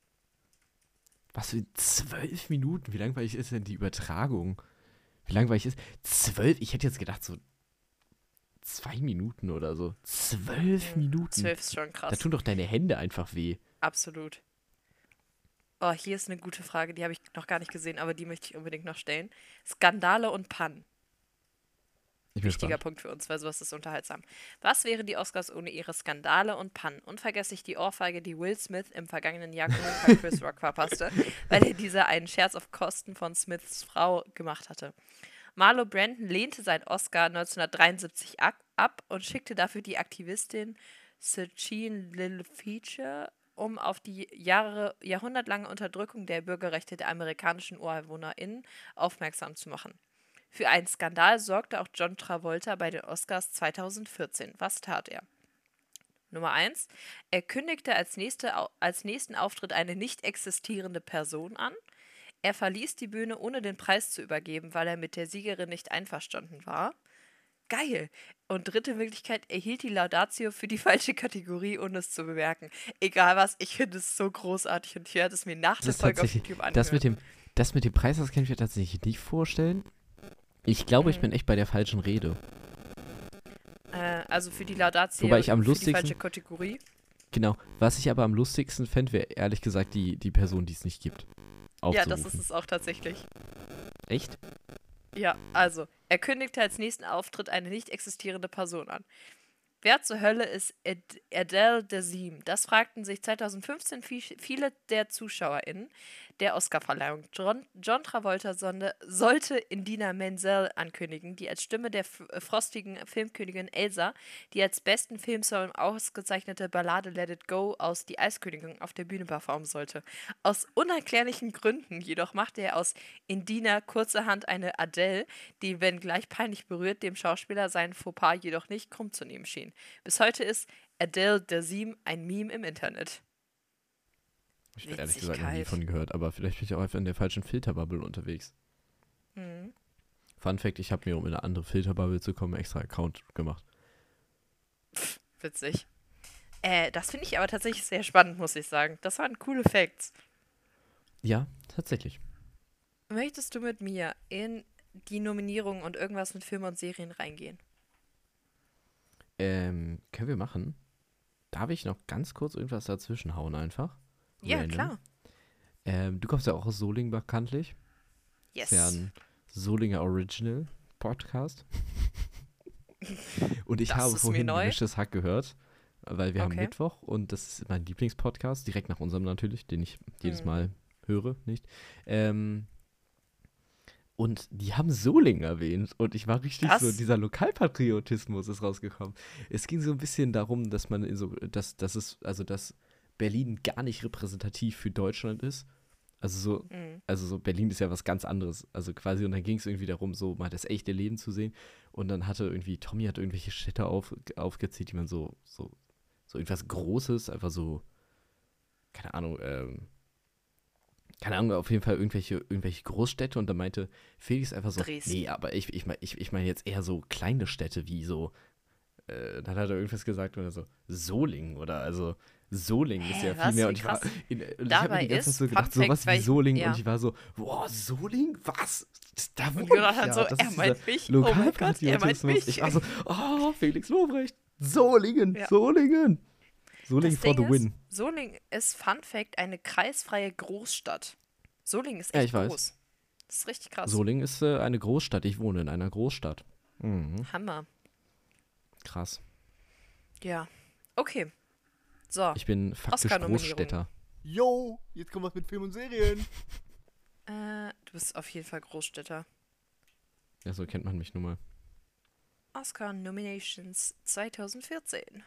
Was für zwölf Minuten? Wie langweilig ist denn die Übertragung? Wie langweilig ist. Zwölf? Ich hätte jetzt gedacht, so zwei Minuten oder so. Zwölf Mhm. Minuten. Zwölf ist schon Da krass. tun doch deine Hände einfach weh. Absolut. Oh, hier ist eine gute Frage, die habe ich noch gar nicht gesehen, aber die möchte ich unbedingt noch stellen. Skandale und Pannen. Ich bin Wichtiger gespannt. Punkt für uns, weil sowas ist unterhaltsam. Was wären die Oscars ohne ihre Skandale und Pannen? Unvergesslich die Ohrfeige, die Will Smith im vergangenen Jahr bei Chris Rock verpasste, weil er dieser einen Scherz auf Kosten von Smiths Frau gemacht hatte. Marlo Brandon lehnte seinen Oscar neunzehnhundertdreiundsiebzig ab ab und schickte dafür die Aktivistin Sachin Lilfeature, um auf die Jahre, jahrhundertlange Unterdrückung der Bürgerrechte der amerikanischen UreinwohnerInnen aufmerksam zu machen. Für einen Skandal sorgte auch John Travolta bei den Oscars zweitausendvierzehn. Was tat er? Nummer eins. Er kündigte als, nächste, Au- als nächsten Auftritt eine nicht existierende Person an. Er verließ die Bühne, ohne den Preis zu übergeben, weil er mit der Siegerin nicht einverstanden war. Geil. Und dritte Möglichkeit, er hielt die Laudatio für die falsche Kategorie, ohne es zu bemerken. Egal was, ich finde es so großartig und ich werde es mir nach Das der ist Folge auf tatsächlich. YouTube anhören. Das mit dem, das mit dem Preis, das kann ich mir tatsächlich nicht vorstellen. Ich glaube, ich Mhm. bin echt bei der falschen Rede. Äh, also für die Laudatio Wobei ich am für die lustigsten- falsche Kategorie. Genau. Was ich aber am lustigsten fände, wäre ehrlich gesagt die, die Person, die es nicht gibt. Ja, Aufzurufen. das ist es auch tatsächlich. Echt? Ja, also, er kündigte als nächsten Auftritt eine nicht existierende Person an. Wer zur Hölle ist Ad Adele Dazeem? Das fragten sich zweitausendfünfzehn vi- viele der ZuschauerInnen der Oscarverleihung. John, John Travolta sonde, sollte Idina Menzel ankündigen, die als Stimme der f- äh, frostigen Filmkönigin Elsa, die als besten Filmsong ausgezeichnete Ballade Let It Go aus Die Eiskönigin auf der Bühne performen sollte. Aus unerklärlichen Gründen jedoch machte er aus Indina kurzerhand eine Adele, die, wenn gleich peinlich berührt, dem Schauspieler seinen Fauxpas jedoch nicht krumm zu nehmen schien. Bis heute ist Adele Dazeem ein Meme im Internet. Ich habe ehrlich gesagt noch nie Witzigkeit. von gehört, aber vielleicht bin ich auch einfach in der falschen Filterbubble unterwegs. Mhm. Fun Fact, ich habe mir, um in eine andere Filterbubble zu kommen, extra Account gemacht. Witzig. Äh, das finde ich aber tatsächlich sehr spannend, muss ich sagen. Das waren coole Facts. Ja, tatsächlich. Möchtest du mit mir in die Nominierungen und irgendwas mit Filmen und Serien reingehen? Ähm, können wir machen. Darf ich noch ganz kurz irgendwas dazwischen hauen einfach? Ja, Random. klar. Ähm, du kommst ja auch aus Solingen bekanntlich. Yes. Ist ja ein Solinger Original Podcast. Und ich Das habe ist mir vorhin neu. Gemischtes Hack gehört, weil wir haben Okay. Mittwoch und das ist mein Lieblingspodcast, direkt nach unserem natürlich, den ich jedes Mhm. Mal höre, nicht? Ähm, und die haben Solingen erwähnt und ich war richtig Das- so, dieser Lokalpatriotismus ist rausgekommen. Es ging so ein bisschen darum, dass man in so, dass, dass es, also dass Berlin gar nicht repräsentativ für Deutschland ist. Also so, Mhm. also so Berlin ist ja was ganz anderes. Also quasi, und dann ging es irgendwie darum, so mal das echte Leben zu sehen. Und dann hatte irgendwie, Tommy hat irgendwelche Städte auf, aufgezählt, die man so, so, so irgendwas Großes, einfach so, keine Ahnung, ähm, keine Ahnung, auf jeden Fall irgendwelche, irgendwelche Großstädte. Und dann meinte Felix einfach so, Dresden. nee, aber ich, ich meine ich, ich mein jetzt eher so kleine Städte wie so, äh, dann hat er irgendwas gesagt oder so, Solingen oder also Solingen ist Hä, ja was? viel mehr. Wie Und ich war, krass. in, und ich habe mir Dabei die ganze Zeit ist, so gedacht, Fun sowas Fact, weil wie ich- Solingen. ja. Und ich war so, boah, Solingen? Was? Da Und wohne Jonathan ich hat ja. so, Das er ist meint dieser mich. Oh mein Gott, er meint Lokalpatriotismus. mich. Ich war so, oh, Felix Lobrecht, Solingen, Ja. Solingen. Solingen Das for Ding the win. Ist, Solingen ist, Fun Fact, eine kreisfreie Großstadt. Solingen ist Ja, echt ich weiß. groß. Das ist richtig krass. Solingen ist äh, eine Großstadt. Ich wohne in einer Großstadt. Mhm. Hammer. Krass. Ja. Okay. So. Ich bin faktisch Oscar-Nominierung. Großstädter. Yo, jetzt kommt was mit Film und Serien. Äh, du bist auf jeden Fall Großstädter. Ja, so kennt man mich nun mal. Oscar-Nominations zwanzig vierzehn.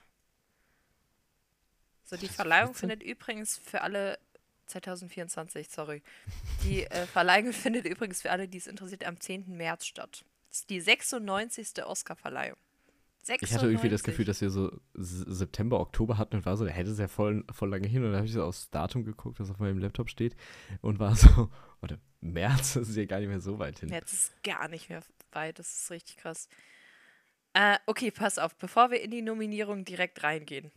So, die Verleihung vierzehn? findet übrigens für alle zwanzig vierundzwanzig, sorry. Die äh, Verleihung findet übrigens für alle, die es interessiert, am zehnten März statt. Das ist die sechsundneunzigste Oscar-Verleihung. Ich hatte irgendwie das sechsundneunzig. Gefühl, dass wir so S- September, Oktober hatten und war so, da hätte es ja voll, voll lange hin. Und dann habe ich so aufs Datum geguckt, das auf meinem Laptop steht. Und war so, oder März, das ist ja gar nicht mehr so weit hin. Jetzt ist gar nicht mehr weit, das ist richtig krass. Äh, okay, pass auf, bevor wir in die Nominierung direkt reingehen.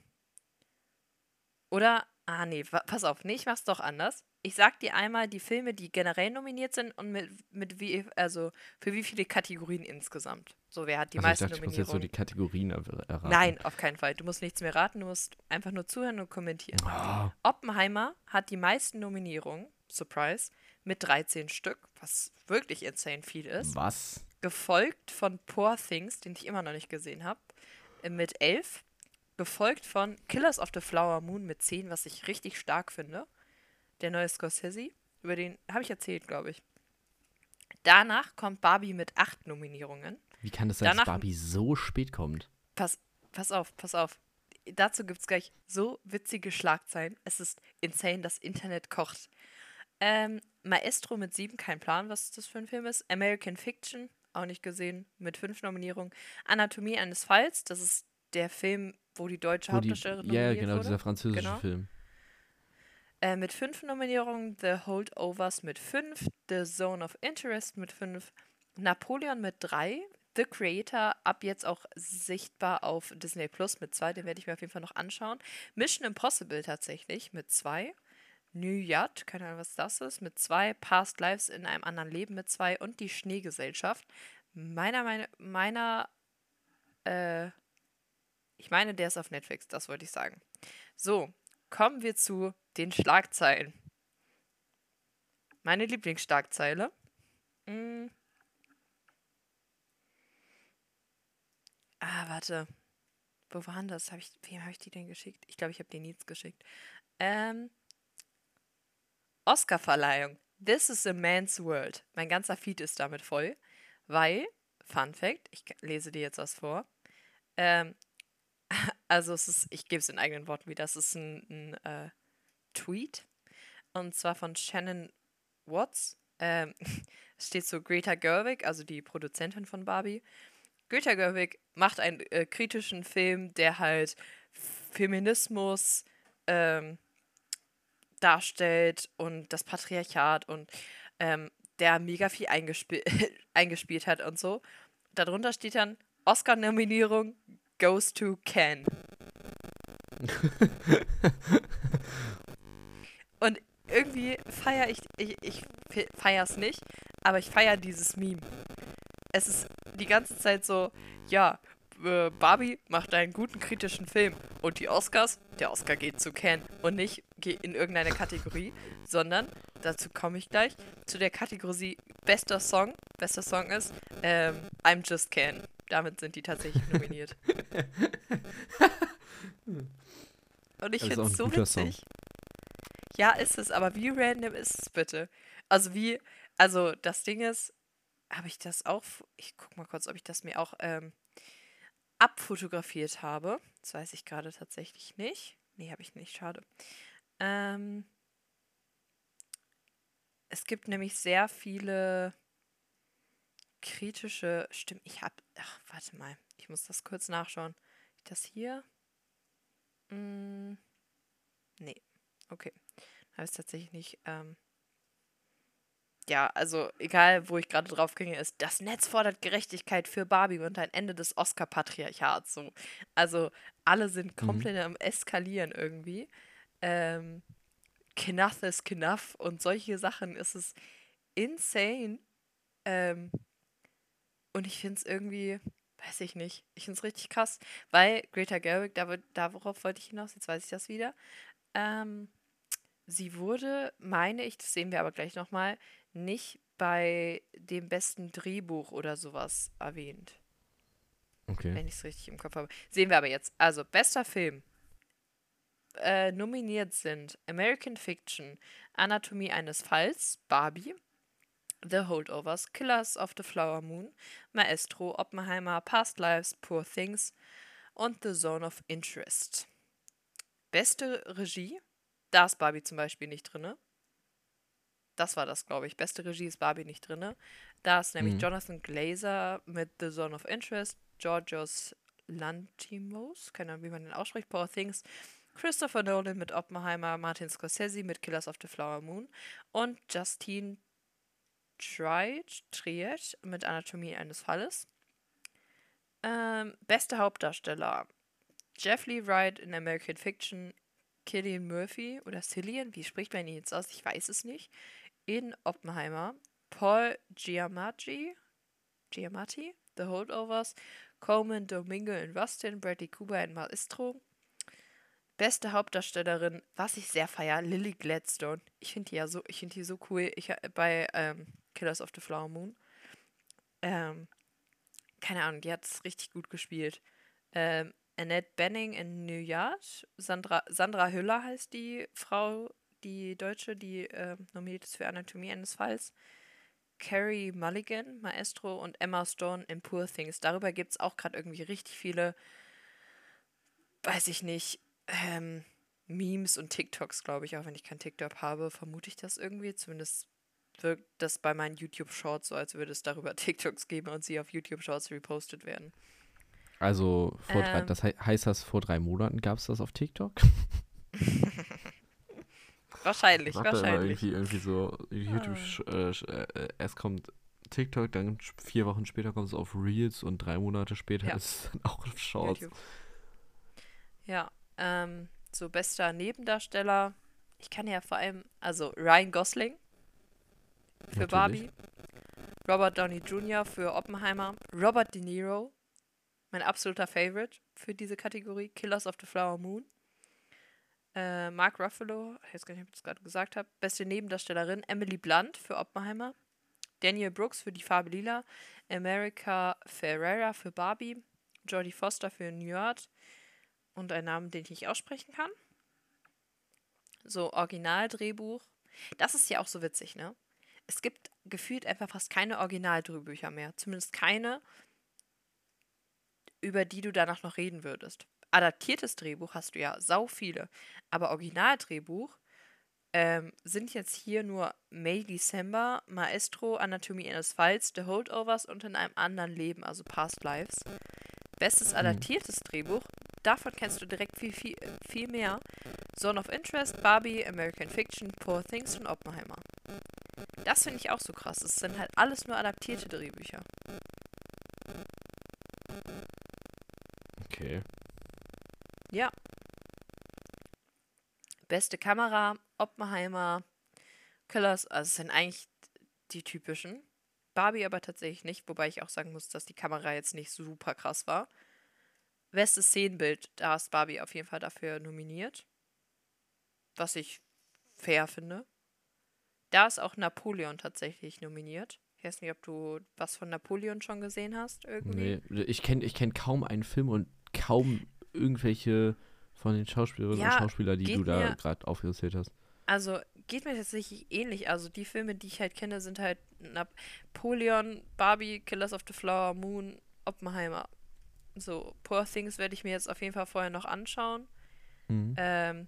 Oder, ah nee, wa- pass auf, nee, ich mach's doch anders. Ich sag dir einmal die Filme, die generell nominiert sind und mit, mit wie, also für wie viele Kategorien insgesamt. So, wer hat die Also ich meisten dachte, ich muss jetzt so Nominierungen? die Kategorien er- erraten. Nein, auf keinen Fall. Du musst nichts mehr raten, du musst einfach nur zuhören und kommentieren. Oh, Oppenheimer hat die meisten Nominierungen, Surprise, mit dreizehn Stück, was wirklich insane viel ist. was? Gefolgt von Poor Things, den ich immer noch nicht gesehen habe, mit elf. Gefolgt von Killers of the Flower Moon mit zehn, was ich richtig stark finde. Der neue Scorsese, über den habe ich erzählt, glaube ich. Danach kommt Barbie mit acht Nominierungen. Wie kann es sein, Danach- dass Barbie so spät kommt? Pass, pass auf, pass auf. Dazu gibt es gleich so witzige Schlagzeilen. Es ist insane, das Internet kocht. Ähm, Maestro mit sieben, kein Plan, was das für ein Film ist. American Fiction, auch nicht gesehen, mit fünf Nominierungen. Anatomie eines Falls, das ist der Film, wo die deutsche Wo die, Hauptdarstellerin ja, nominiert genau, wurde. dieser französische Genau. Film. Äh, mit fünf Nominierungen, The Holdovers mit fünf, The Zone of Interest mit fünf, Napoleon mit drei, The Creator ab jetzt auch sichtbar auf Disney Plus mit zwei, den werde ich mir auf jeden Fall noch anschauen. Mission Impossible tatsächlich mit zwei, New Yacht, keine Ahnung, was das ist, mit zwei, Past Lives in einem anderen Leben mit zwei und die Schneegesellschaft. Meiner, meine, meiner, äh, ich meine, der ist auf Netflix, das wollte ich sagen. So, kommen wir zu den Schlagzeilen. Meine Lieblingsschlagzeile. Mm. Ah, warte. Wo waren das? Hab ich, wem habe ich die denn geschickt? Ich glaube, ich habe die Needs geschickt. Ähm, Oscarverleihung. This is a man's world. Mein ganzer Feed ist damit voll, weil, Fun Fact, ich k- lese dir jetzt was vor. Ähm, also es ist, ich gebe es in eigenen Worten wieder, es ist ein, ein äh, Tweet. Und zwar von Shannon Watts. Ähm, es steht so Greta Gerwig, also die Produzentin von Barbie. Greta Gerwig macht einen äh, kritischen Film, der halt Feminismus ähm, darstellt und das Patriarchat und ähm, der mega viel eingespiel eingespielt hat und so. Darunter steht dann Oscar-Nominierung goes to Ken. Und irgendwie feiere ich, ich, ich feiere es nicht, aber ich feiere dieses Meme. Es ist die ganze Zeit so, ja, äh, Barbie macht einen guten kritischen Film und die Oscars, der Oscar geht zu Ken und nicht ge- in irgendeine Kategorie, sondern, dazu komme ich gleich, zu der Kategorie bester Song. Bester Song ist ähm, I'm Just Ken. Damit sind die tatsächlich nominiert. Und ich Das ist finde auch es ein so guter Song. witzig. Ja, ist es, aber wie random ist es bitte? Also wie, also das Ding ist, habe ich das auch, ich guck mal kurz, ob ich das mir auch ähm, abfotografiert habe. Das weiß ich gerade tatsächlich nicht. Nee, habe ich nicht, schade. Ähm, es gibt nämlich sehr viele kritische Stimmen. Ich habe, ach, warte mal, ich muss das kurz nachschauen. Das hier? Mm, nee, okay. Habe ich tatsächlich nicht. Ähm, ja, also egal, wo ich gerade drauf ginge, ist, das Netz fordert Gerechtigkeit für Barbie und ein Ende des Oscar-Patriarchats. So. Also alle sind komplett am Eskalieren irgendwie. Ähm, Knuff is Knuff und solche Sachen. Es ist insane. Ähm, und ich finde es irgendwie, weiß ich nicht, ich finde es richtig krass, weil Greta Gerwig, da, wird- darauf wollte ich hinaus, jetzt weiß ich das wieder. Ähm, sie wurde, meine ich, das sehen wir aber gleich nochmal, nicht bei dem besten Drehbuch oder sowas erwähnt. Okay. wenn ich es richtig im Kopf habe. Sehen wir aber jetzt. Also, bester Film. Äh, nominiert sind American Fiction, Anatomie eines Falls, Barbie, The Holdovers, Killers of the Flower Moon, Maestro, Oppenheimer, Past Lives, Poor Things und The Zone of Interest. Beste Regie, da ist Barbie zum Beispiel nicht drin. Das war das, glaube ich. Beste Regie ist Barbie nicht drin. Da ist nämlich Mhm. Jonathan Glazer mit The Zone of Interest, Georgios Lanthimos, keine Ahnung, wie man den ausspricht, Poor Things, Christopher Nolan mit Oppenheimer, Martin Scorsese mit Killers of the Flower Moon und Justine Triet, Triet mit Anatomie eines Falles. Ähm, beste Hauptdarsteller: Jeffrey Wright in American Fiction, Cillian Murphy oder Cillian, wie spricht man ihn jetzt aus? Ich weiß es nicht. In Oppenheimer, Paul Giamatti, Giamatti, The Holdovers, Coleman Domingo in Rustin, Bradley Cooper in Maestro. Beste Hauptdarstellerin, was ich sehr feier, Lily Gladstone. Ich finde die ja so, ich finde die so cool. Ich äh, bei ähm, Killers of the Flower Moon. Ähm, keine Ahnung, die hat es richtig gut gespielt. Ähm, Annette Bening in New York. Sandra, Sandra Hüller heißt die Frau, die Deutsche, die ähm, nominiert ist für Anatomie eines Falls. Carrie Mulligan, Maestro und Emma Stone in Poor Things. Darüber gibt es auch gerade irgendwie richtig viele, weiß ich nicht, ähm, Memes und TikToks, glaube ich. Auch wenn ich kein TikTok habe, vermute ich das irgendwie. Zumindest wirkt das bei meinen YouTube-Shorts so, als würde es darüber TikToks geben und sie auf YouTube-Shorts repostet werden. Also, vor drei, Ähm, das hei- heißt das, vor drei Monaten gab es das auf TikTok? wahrscheinlich, Sagt er immer wahrscheinlich. irgendwie, irgendwie so, YouTube, Ah. sch- äh, sch- äh, erst kommt TikTok, dann sch- vier Wochen später kommt es auf Reels und drei Monate später Ja. ist es dann auch auf Shorts. YouTube. Ja, ähm, so bester Nebendarsteller. Ich kann ja vor allem, also Ryan Gosling für Natürlich. Barbie, Robert Downey Junior für Oppenheimer, Robert De Niro, mein absoluter Favorite für diese Kategorie, Killers of the Flower Moon, äh, Mark Ruffalo, ich weiß gar nicht, ob ich das gerade gesagt habe, beste Nebendarstellerin, Emily Blunt für Oppenheimer, Daniel Brooks für Die Farbe Lila, America Ferrera für Barbie, Jodie Foster für New York und ein Name, den ich nicht aussprechen kann. So, Originaldrehbuch. Das ist ja auch so witzig, ne? Es gibt gefühlt einfach fast keine Originaldrehbücher mehr. Zumindest keine, über die du danach noch reden würdest. Adaptiertes Drehbuch hast du ja sau viele. Aber Originaldrehbuch ähm, sind jetzt hier nur May December, Maestro, Anatomie eines Falls, The Holdovers und In einem anderen Leben, also Past Lives. Bestes adaptiertes Drehbuch, davon kennst du direkt viel, viel, viel mehr. Zone of Interest, Barbie, American Fiction, Poor Things und Oppenheimer. Das finde ich auch so krass. Es sind halt alles nur adaptierte Drehbücher. Okay. Ja. Beste Kamera, Oppenheimer, Killers, also es sind eigentlich die typischen. Barbie aber tatsächlich nicht, wobei ich auch sagen muss, dass die Kamera jetzt nicht super krass war. Bestes Szenenbild, da ist Barbie auf jeden Fall dafür nominiert. Was ich fair finde. Da ist auch Napoleon tatsächlich nominiert. Ich weiß nicht, ob du was von Napoleon schon gesehen hast irgendwie. Nee, ich kenne ich kenn kaum einen Film und kaum irgendwelche von den Schauspielerinnen Ja, und Schauspielern, die geht du da mir- gerade aufgezählt hast. Also geht mir tatsächlich ähnlich. Also die Filme, die ich halt kenne, sind halt Napoleon, Barbie, Killers of the Flower Moon, Oppenheimer. So, Poor Things werde ich mir jetzt auf jeden Fall vorher noch anschauen. Mhm. Ähm,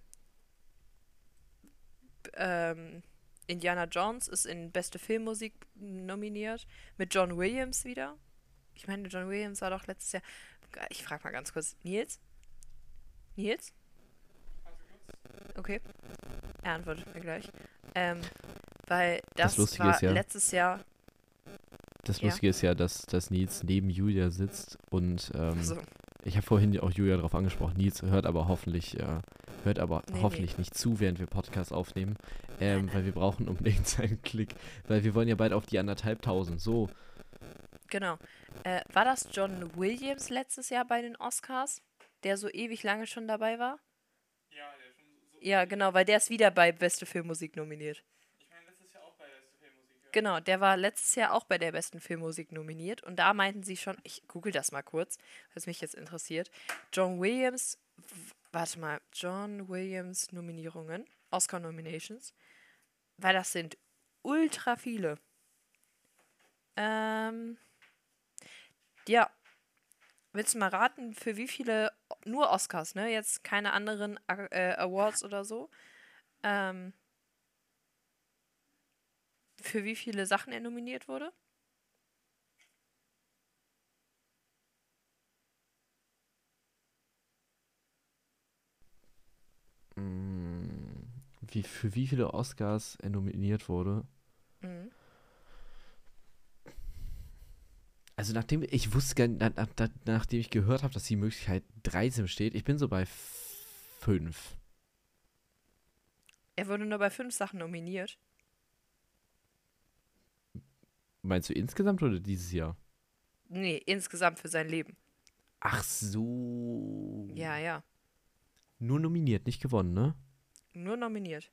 b- ähm, Indiana Jones ist in beste Filmmusik nominiert. Mit John Williams wieder. Ich meine, John Williams war doch letztes Jahr. Ich frage mal ganz kurz. Nils? Nils? Okay. Er antwortet mir gleich. Ähm, weil Das das, Lustige war ist ja- letztes Jahr. Das Ja. Lustige ist ja, dass, dass Nils neben Julia sitzt und ähm, Also, ich habe vorhin auch Julia darauf angesprochen. Nils hört aber hoffentlich, äh, hört aber Nee, hoffentlich nicht zu, während wir Podcast aufnehmen, ähm, Nein, weil wir brauchen unbedingt seinen Klick, weil wir wollen ja bald auf die anderthalbtausend. So, genau. Äh, war das John Williams letztes Jahr bei den Oscars, der so ewig lange schon dabei war? Ja, der schon so. Ja, genau, weil der ist wieder bei beste Filmmusik nominiert. Ich meine, letztes Jahr auch bei Beste Filmmusik, ja. Genau, der war letztes Jahr auch bei der besten Filmmusik nominiert und da meinten sie schon, ich google das mal kurz, was mich jetzt interessiert. John Williams, w- warte mal, John Williams Nominierungen, Oscar Nominations, weil das sind ultra viele. Ähm, ja, willst du mal raten, für wie viele, nur Oscars, ne? Jetzt keine anderen äh, Awards oder so. Ähm, für wie viele Sachen er nominiert wurde? Mm, Wie, für wie viele Oscars er nominiert wurde? Mhm. Also nachdem ich wusste gar nicht, nach, nach, nachdem ich gehört habe, dass die Möglichkeit dreizehn steht, ich bin so bei fünf. Er wurde nur bei fünf Sachen nominiert. Meinst du insgesamt oder dieses Jahr? Nee, insgesamt für sein Leben. Ach so. Ja, ja. Nur nominiert, nicht gewonnen, ne? Nur nominiert.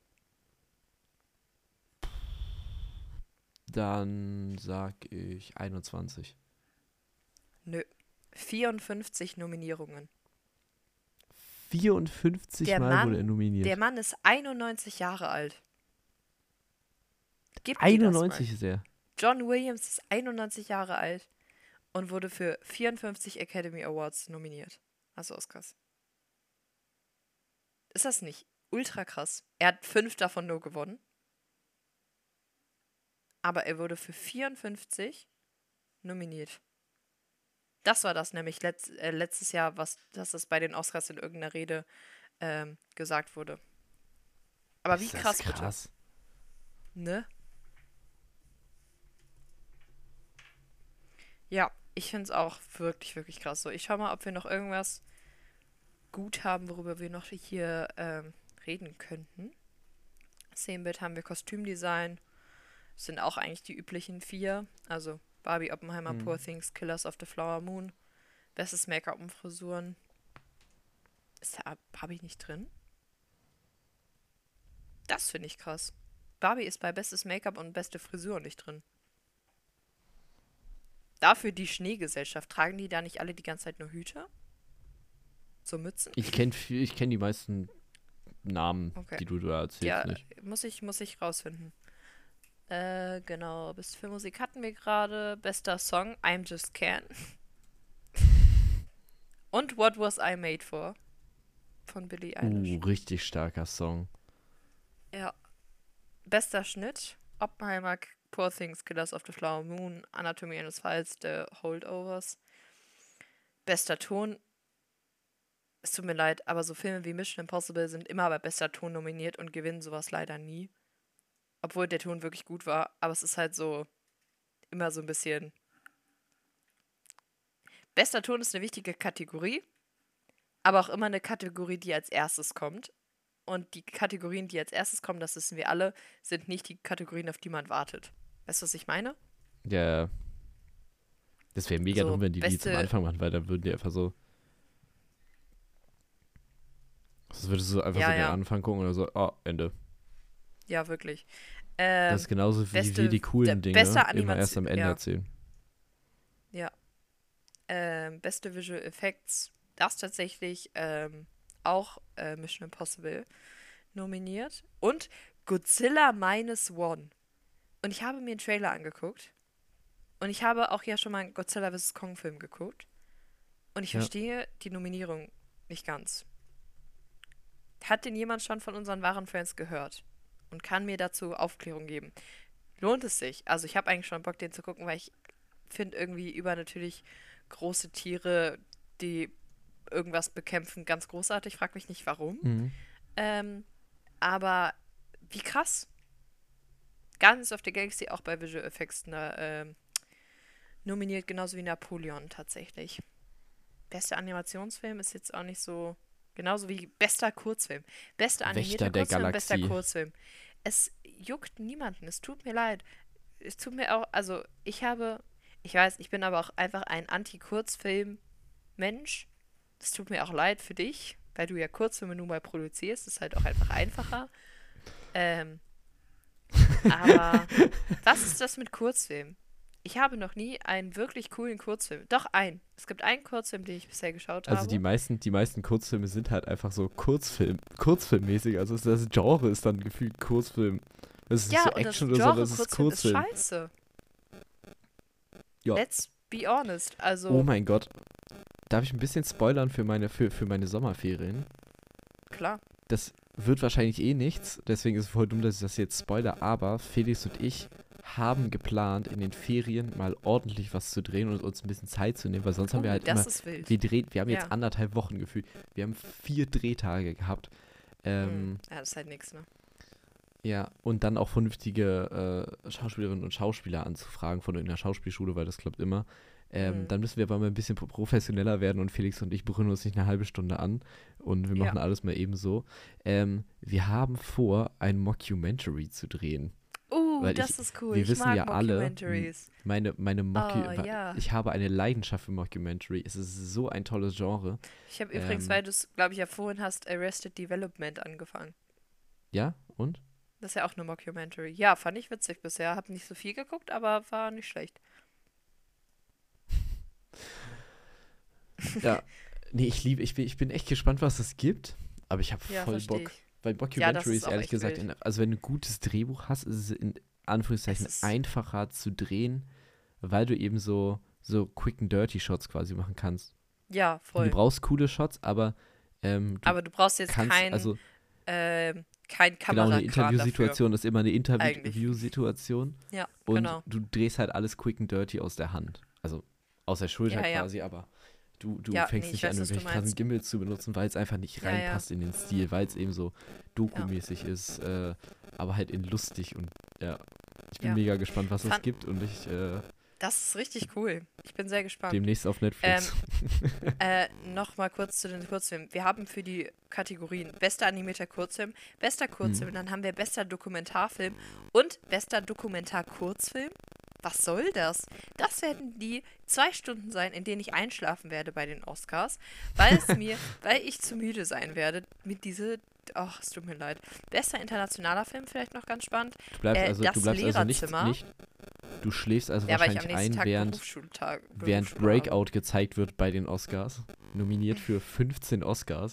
Dann sag ich einundzwanzig. Nö. vierundfünfzig Nominierungen. vierundfünfzig Der Mal Mann- wurde er nominiert. Der Mann ist einundneunzig Jahre alt. Gib dir das einundneunzig mal. ist er. John Williams ist einundneunzig Jahre alt und wurde für vierundfünfzig Academy Awards nominiert. Also Oscars. Ist das nicht ultra krass? Er hat fünf davon nur gewonnen. Aber er wurde für vierundfünfzig nominiert. Das war das nämlich letzt, äh, letztes Jahr, was, dass das bei den Oscars in irgendeiner Rede ähm, gesagt wurde. Aber wie Ist das krass, krass. bitte. Ne? Ja, ich finde es auch wirklich, wirklich krass. So, ich schau mal, ob wir noch irgendwas gut haben, worüber wir noch hier ähm, reden könnten. Szenenbild haben wir Kostümdesign. Das sind auch eigentlich die üblichen vier. Also Barbie, Oppenheimer, Mhm. Poor Things, Killers of the Flower Moon. Bestes Make-up und Frisuren. Ist da Barbie nicht drin? Das finde ich krass. Barbie ist bei bestes Make-up und beste Frisur nicht drin. Dafür die Schneegesellschaft. Tragen die da nicht alle die ganze Zeit nur Hüte? So Mützen? Ich kenne ich kenn die meisten Namen, Okay. die du da erzählst, Ja, nicht. muss ich, muss ich rausfinden. Äh, genau. Beste Filmmusik hatten wir gerade. Bester Song, I'm Just Can. Und What Was I Made For? Von Billie Eilish. Uh, richtig starker Song. Ja. Bester Schnitt, Oppenheimer, K- Poor Things, Killers of the Flower Moon, Anatomie eines Falls, The Holdovers. Bester Ton, es tut mir leid, aber so Filme wie Mission Impossible sind immer bei bester Ton nominiert und gewinnen sowas leider nie. Obwohl der Ton wirklich gut war, aber es ist halt so immer so ein bisschen. Bester Ton ist eine wichtige Kategorie, aber auch immer eine Kategorie, die als erstes kommt. Und die Kategorien, die als erstes kommen, das wissen wir alle, sind nicht die Kategorien, auf die man wartet. Weißt du, was ich meine? Ja. Das wäre mega So, dumm, wenn die die zum beste- Anfang machen, weil dann würden die einfach so. Das würdest du einfach Ja, so den ja. Anfang gucken oder so, oh, Ende. Ja, wirklich. Ähm, Das ist genauso wie beste- wir die der coolen Dinge beste immer erst am Animation- Ende ja. erzählen. Ja. Ähm, beste Visual Effects, das tatsächlich ähm, auch äh, Mission Impossible nominiert. Und Godzilla Minus One. Und ich habe mir einen Trailer angeguckt. Und ich habe auch ja schon mal einen Godzilla versus. Kong Film geguckt. Und ich Ja. verstehe die Nominierung nicht ganz. Hat denn jemand schon von unseren wahren Fans gehört? Und kann mir dazu Aufklärung geben? Lohnt es sich? Also ich habe eigentlich schon Bock, den zu gucken, weil ich finde irgendwie über natürlich große Tiere, die irgendwas bekämpfen, ganz großartig. Frag mich nicht, warum. Mhm. Ähm, aber wie krass. Guardians of the Galaxy auch bei Visual Effects na, ähm, nominiert, genauso wie Napoleon tatsächlich. Bester Animationsfilm ist jetzt auch nicht so, genauso wie bester Kurzfilm. Bester animierter Wächter der Kurzfilm, bester Galaxie. Kurzfilm. Es juckt niemanden, es tut mir leid. Es tut mir auch, also ich habe, ich weiß, ich bin aber auch einfach ein Anti-Kurzfilm-Mensch. Es tut mir auch leid für dich, weil du ja Kurzfilme nun mal produzierst, ist halt auch einfach einfacher. Ähm, Aber was ist das mit Kurzfilmen? Ich habe noch nie einen wirklich coolen Kurzfilm. Doch, einen. Es gibt einen Kurzfilm, den ich bisher geschaut Also habe. die meisten, die meisten Kurzfilme sind halt einfach so Kurzfilm, Kurzfilmmäßig. Also das Genre ist dann gefühlt Kurzfilm. Das ist Ja, nicht so und das Action oder so, Genre aber es ist Kurzfilm ist Kurzfilm. scheiße. Ja. Let's be honest. Also, Oh mein Gott. Darf ich ein bisschen spoilern für meine, für, für meine Sommerferien? klar. Das wird wahrscheinlich eh nichts, deswegen ist es voll dumm, dass ich das jetzt spoilere, aber Felix und ich haben geplant, in den Ferien mal ordentlich was zu drehen und uns ein bisschen Zeit zu nehmen, weil sonst haben wir Oh, halt das immer, ist wild. wir drehen, wir haben Ja. jetzt anderthalb Wochen gefühlt, wir haben vier Drehtage gehabt. Ähm, Hm. Ja, das ist halt nichts, ne? Ja, und dann auch vernünftige äh, Schauspielerinnen und Schauspieler anzufragen von irgendeiner Schauspielschule, weil das klappt immer. Ähm, Mhm. Dann müssen wir aber mal ein bisschen pro- professioneller werden und Felix und ich brüllen uns nicht eine halbe Stunde an und wir machen Ja. alles mal eben so. Ähm, wir haben vor, ein Mockumentary zu drehen. Uh, Weil das ich- ist cool. wir Ich wissen mag ja alle, Mockumentaries. Meine, meine Mocku Oh, ja. Ich habe eine Leidenschaft für Mockumentary. Es ist so ein tolles Genre. Ich habe übrigens, ähm, weil du es, glaube ich, ja vorhin hast, Arrested Development angefangen. Ja, und? Das ist ja auch eine Mockumentary. Ja, fand ich witzig bisher. Hab nicht so viel geguckt, aber war nicht schlecht. Ja. Nee, ich liebe, ich bin, ich bin echt gespannt, was es gibt. Aber ich habe Ja, voll verstehe Bock. ich. Weil Ja, das Mockumentary ist ist auch ehrlich echt gesagt, wild. in, also wenn du ein gutes Drehbuch hast, ist es in Anführungszeichen Es ist- einfacher zu drehen, weil du eben so, so Quick and Dirty Shots quasi machen kannst. Ja, Und voll. du brauchst coole Shots, aber ähm, du Aber du brauchst jetzt kannst, kein, also ähm, kein genau, eine Kamerakran dafür. Interviewsituation ist immer eine Eigentlich. Interviewsituation Ja, und genau. du drehst halt alles Quick and Dirty aus der Hand. Also aus der Schulter Ja, ja. quasi, aber du, du Ja, fängst nee, ich nicht an, weiß, was du irgendwelche krassen meinst. Gimmels zu benutzen, weil es einfach nicht Ja, ja. reinpasst in den Stil, weil es eben so dokumäßig ist, äh, aber halt in lustig und ja. Ich bin Ja. mega gespannt, was es Fand- gibt und ich äh, Das ist richtig cool. Ich bin sehr gespannt. demnächst auf Netflix. Äh, noch mal kurz zu den Kurzfilmen. Wir haben für die Kategorien bester animierter Kurzfilm, bester Kurzfilm, Mhm. dann haben wir bester Dokumentarfilm und bester Dokumentar-Kurzfilm. Was soll das? Das werden die zwei Stunden sein, in denen ich einschlafen werde bei den Oscars, weil es mir, weil ich zu müde sein werde mit diese. Ach, es tut mir leid. Bester internationaler Film vielleicht noch ganz spannend. Du bleibst äh, also, das du bleibst also nicht, Lehrerzimmer. nicht. Du schläfst also Ja, weil ich am wahrscheinlich nächsten ein, Tag während, Berufsschultag. während Berufsschule habe. Breakout gezeigt wird bei den Oscars. Nominiert für fünfzehn Oscars.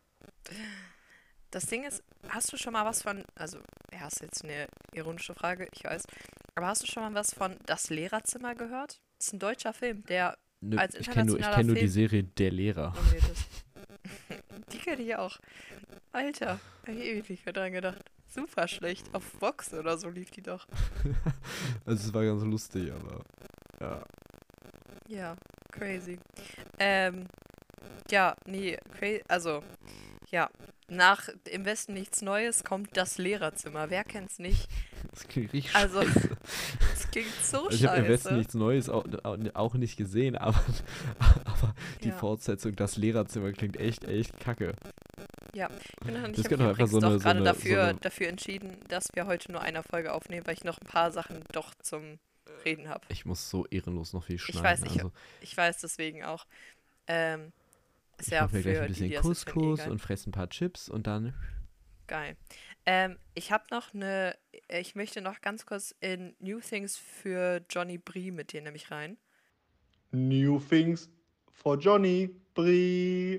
Das Ding ist, hast du schon mal was von, also, ja, ist jetzt eine ironische Frage, ich weiß, aber hast du schon mal was von Das Lehrerzimmer gehört? Das ist ein deutscher Film, der Ne, Als ich kenne nur, ich internationaler kenn nur die Film. Serie Der Lehrer. nominiert ist. Die kenne ich auch. Alter, hab ich ewig nicht mehr dran gedacht. Super schlecht. Auf Vox oder so lief die doch. Also es war ganz lustig, aber ja. Ja, crazy. Ähm, ja, nee, crazy, also, ja, nach Im Westen nichts Neues kommt Das Lehrerzimmer. Wer kennt's nicht? Das klingt richtig Also, scheiße. Es klingt so Also ich habe im Westen scheiße. nichts Neues auch, auch nicht gesehen, aber, aber die Ja. Fortsetzung, das Lehrerzimmer, klingt echt, echt kacke. Ja, ich bin noch nicht, Das ich könnte habe mich einfach so übrigens doch eine- so gerade eine- so dafür, eine- dafür entschieden, dass wir heute nur eine Folge aufnehmen, weil ich noch ein paar Sachen doch zum Reden habe. Ich muss so ehrenlos noch viel Ich schneiden. weiß, ich- also, Ich weiß deswegen auch. Ähm, ist ich ja mache mir gleich für ein die, bisschen die das jetzt hören, eh Couscous geil. und fresse ein paar Chips und dann Geil. Ähm, ich habe noch eine, ich möchte noch ganz kurz in New Things für Johnny Bree mit dir nämlich rein. New things for Johnny. Brie.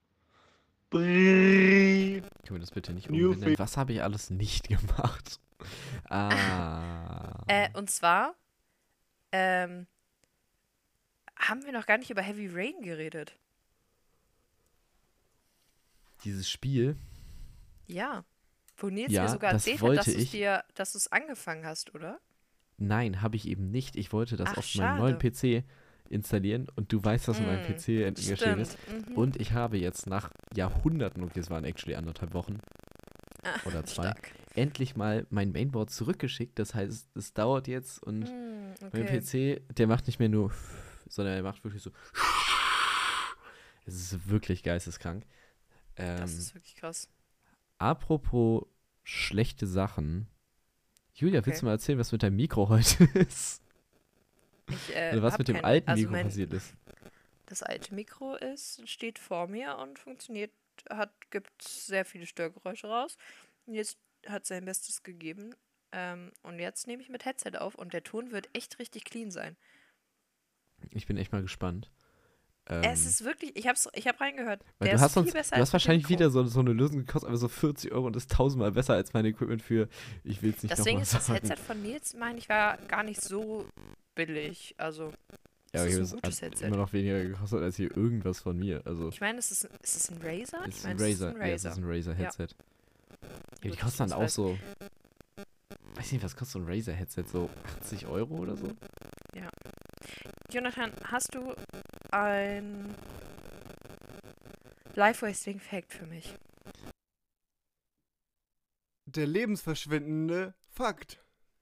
Brie. können wir das bitte nicht New umbenennen. Was habe ich alles nicht gemacht? Ah. Äh, und zwar ähm, haben wir noch gar nicht über Heavy Rain geredet. Dieses Spiel, Ja. Wo Nils Ja, mir sogar das erzählt hat, wollte dass du es ich. dir, dass du es angefangen hast, oder? nein, habe ich eben nicht. Ich wollte das Ach, auf meinem neuen schade. P C installieren und du weißt, was in meinem Mm, P C ent- geschehen ist. Mhm. Und ich habe jetzt nach Jahrhunderten, okay, es waren actually anderthalb Wochen Ah, oder zwei, stark. endlich mal mein Mainboard zurückgeschickt. Das heißt, es dauert jetzt und Mm, mein okay. P C, der macht nicht mehr nur, sondern er macht wirklich so. Es ist wirklich geisteskrank. Ähm, Das ist wirklich krass. apropos schlechte Sachen. Julia, Okay. willst du mal erzählen, was mit deinem Mikro heute ist? Ich, äh, Oder was hab mit dem kein- alten also Mikro mein, passiert ist? Das alte Mikro ist, steht vor mir und funktioniert, hat, gibt sehr viele Störgeräusche raus. Und jetzt hat sein Bestes gegeben, Ähm, und jetzt nehme ich mit Headset auf und der Ton wird echt richtig clean sein. Ich bin echt mal gespannt. Es Ähm, ist wirklich, ich hab's, ich hab reingehört. weil Der du ist hast viel sonst, besser du als hast mit dem wahrscheinlich Mikro. wieder so, so eine Lösung gekostet, aber so vierzig Euro und ist tausendmal besser als mein Equipment für, ich will es nicht Das Ding nochmal ist, das sagen. Headset von Nils, meine ich, war gar nicht so billig. Also, Ja, es ist okay, ein das gutes hat Headset. immer noch weniger gekostet als hier irgendwas von mir. Also, Ich meine, es ist, ist es ein Razer? es Ich ist ein meine, es ist Razer. ein Ja, es ist Razer. ein Razer-Headset. Ja, die Gut, kosten dann das auch weiß- so, weiß nicht, was kostet so ein Razer-Headset? So achtzig Euro oder so? Jonathan, hast du ein Life-Wasting-Fact für mich? Der lebensverschwendende Fakt.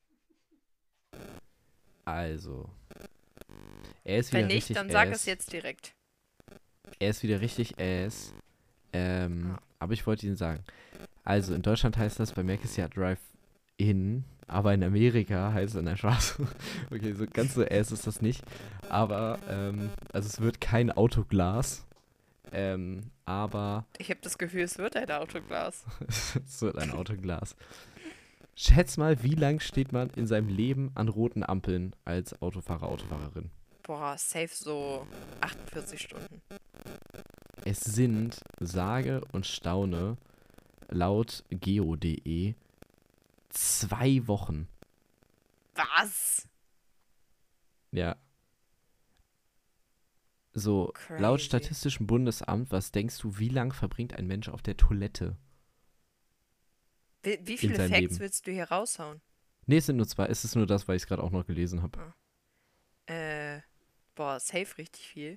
Also, er ist wieder Wenn nicht, richtig dann sag ass. es jetzt direkt. Er ist wieder richtig ass. Ähm, Ah. aber ich wollte Ihnen sagen. Also, in Deutschland heißt das bei Mac ist ja Drive-In, aber in Amerika heißt es, nein, Spaß. Okay, so ganz so ass ist das nicht. Aber, ähm, also es wird kein Autoglas. Ähm, aber Ich habe das Gefühl, es wird ein Autoglas. es wird ein Autoglas. Schätz mal, wie lang steht man in seinem Leben an roten Ampeln als Autofahrer, Autofahrerin? Boah, safe so achtundvierzig Stunden. Es sind, sage und staune, laut geo punkt de, zwei Wochen. Was? Ja. So, laut Crazy. Statistischem Bundesamt, was denkst du, wie lang verbringt ein Mensch auf der Toilette? Wie, wie viele seinem Facts Leben. willst du hier raushauen? Nee, es sind nur zwei. Es ist nur das, weil ich es gerade auch noch gelesen habe. Äh, boah, safe richtig viel.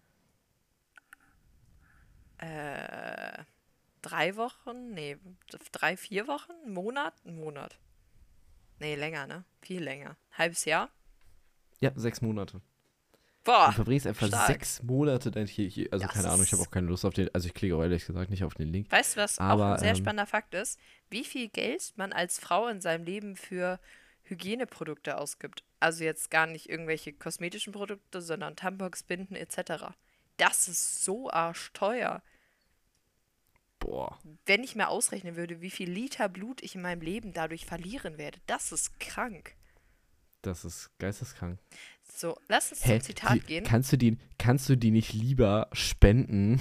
Äh, drei Wochen? Nee, drei, vier Wochen? Ein Monat? Ein Monat. Nee, länger, ne? Viel länger. Halbes Jahr? Ja, sechs Monate. Boah, Du verbringst einfach stark. sechs Monate dann hier, hier also Das keine Ahnung, ich habe ist- auch keine Lust auf den, also ich klicke auch ehrlich gesagt nicht auf den Link. Weißt du, was auch Aber, ein sehr ähm, spannender Fakt ist? Wie viel Geld man als Frau in seinem Leben für Hygieneprodukte ausgibt. Also jetzt gar nicht irgendwelche kosmetischen Produkte, sondern Tampons, Binden et cetera. Das ist so arschteuer. Boah. Wenn ich mir ausrechnen würde, wie viel Liter Blut ich in meinem Leben dadurch verlieren werde, das ist krank. Das ist geisteskrank. So, lass uns Hä? zum Zitat Die, gehen. Kannst du die, kannst du die nicht lieber spenden?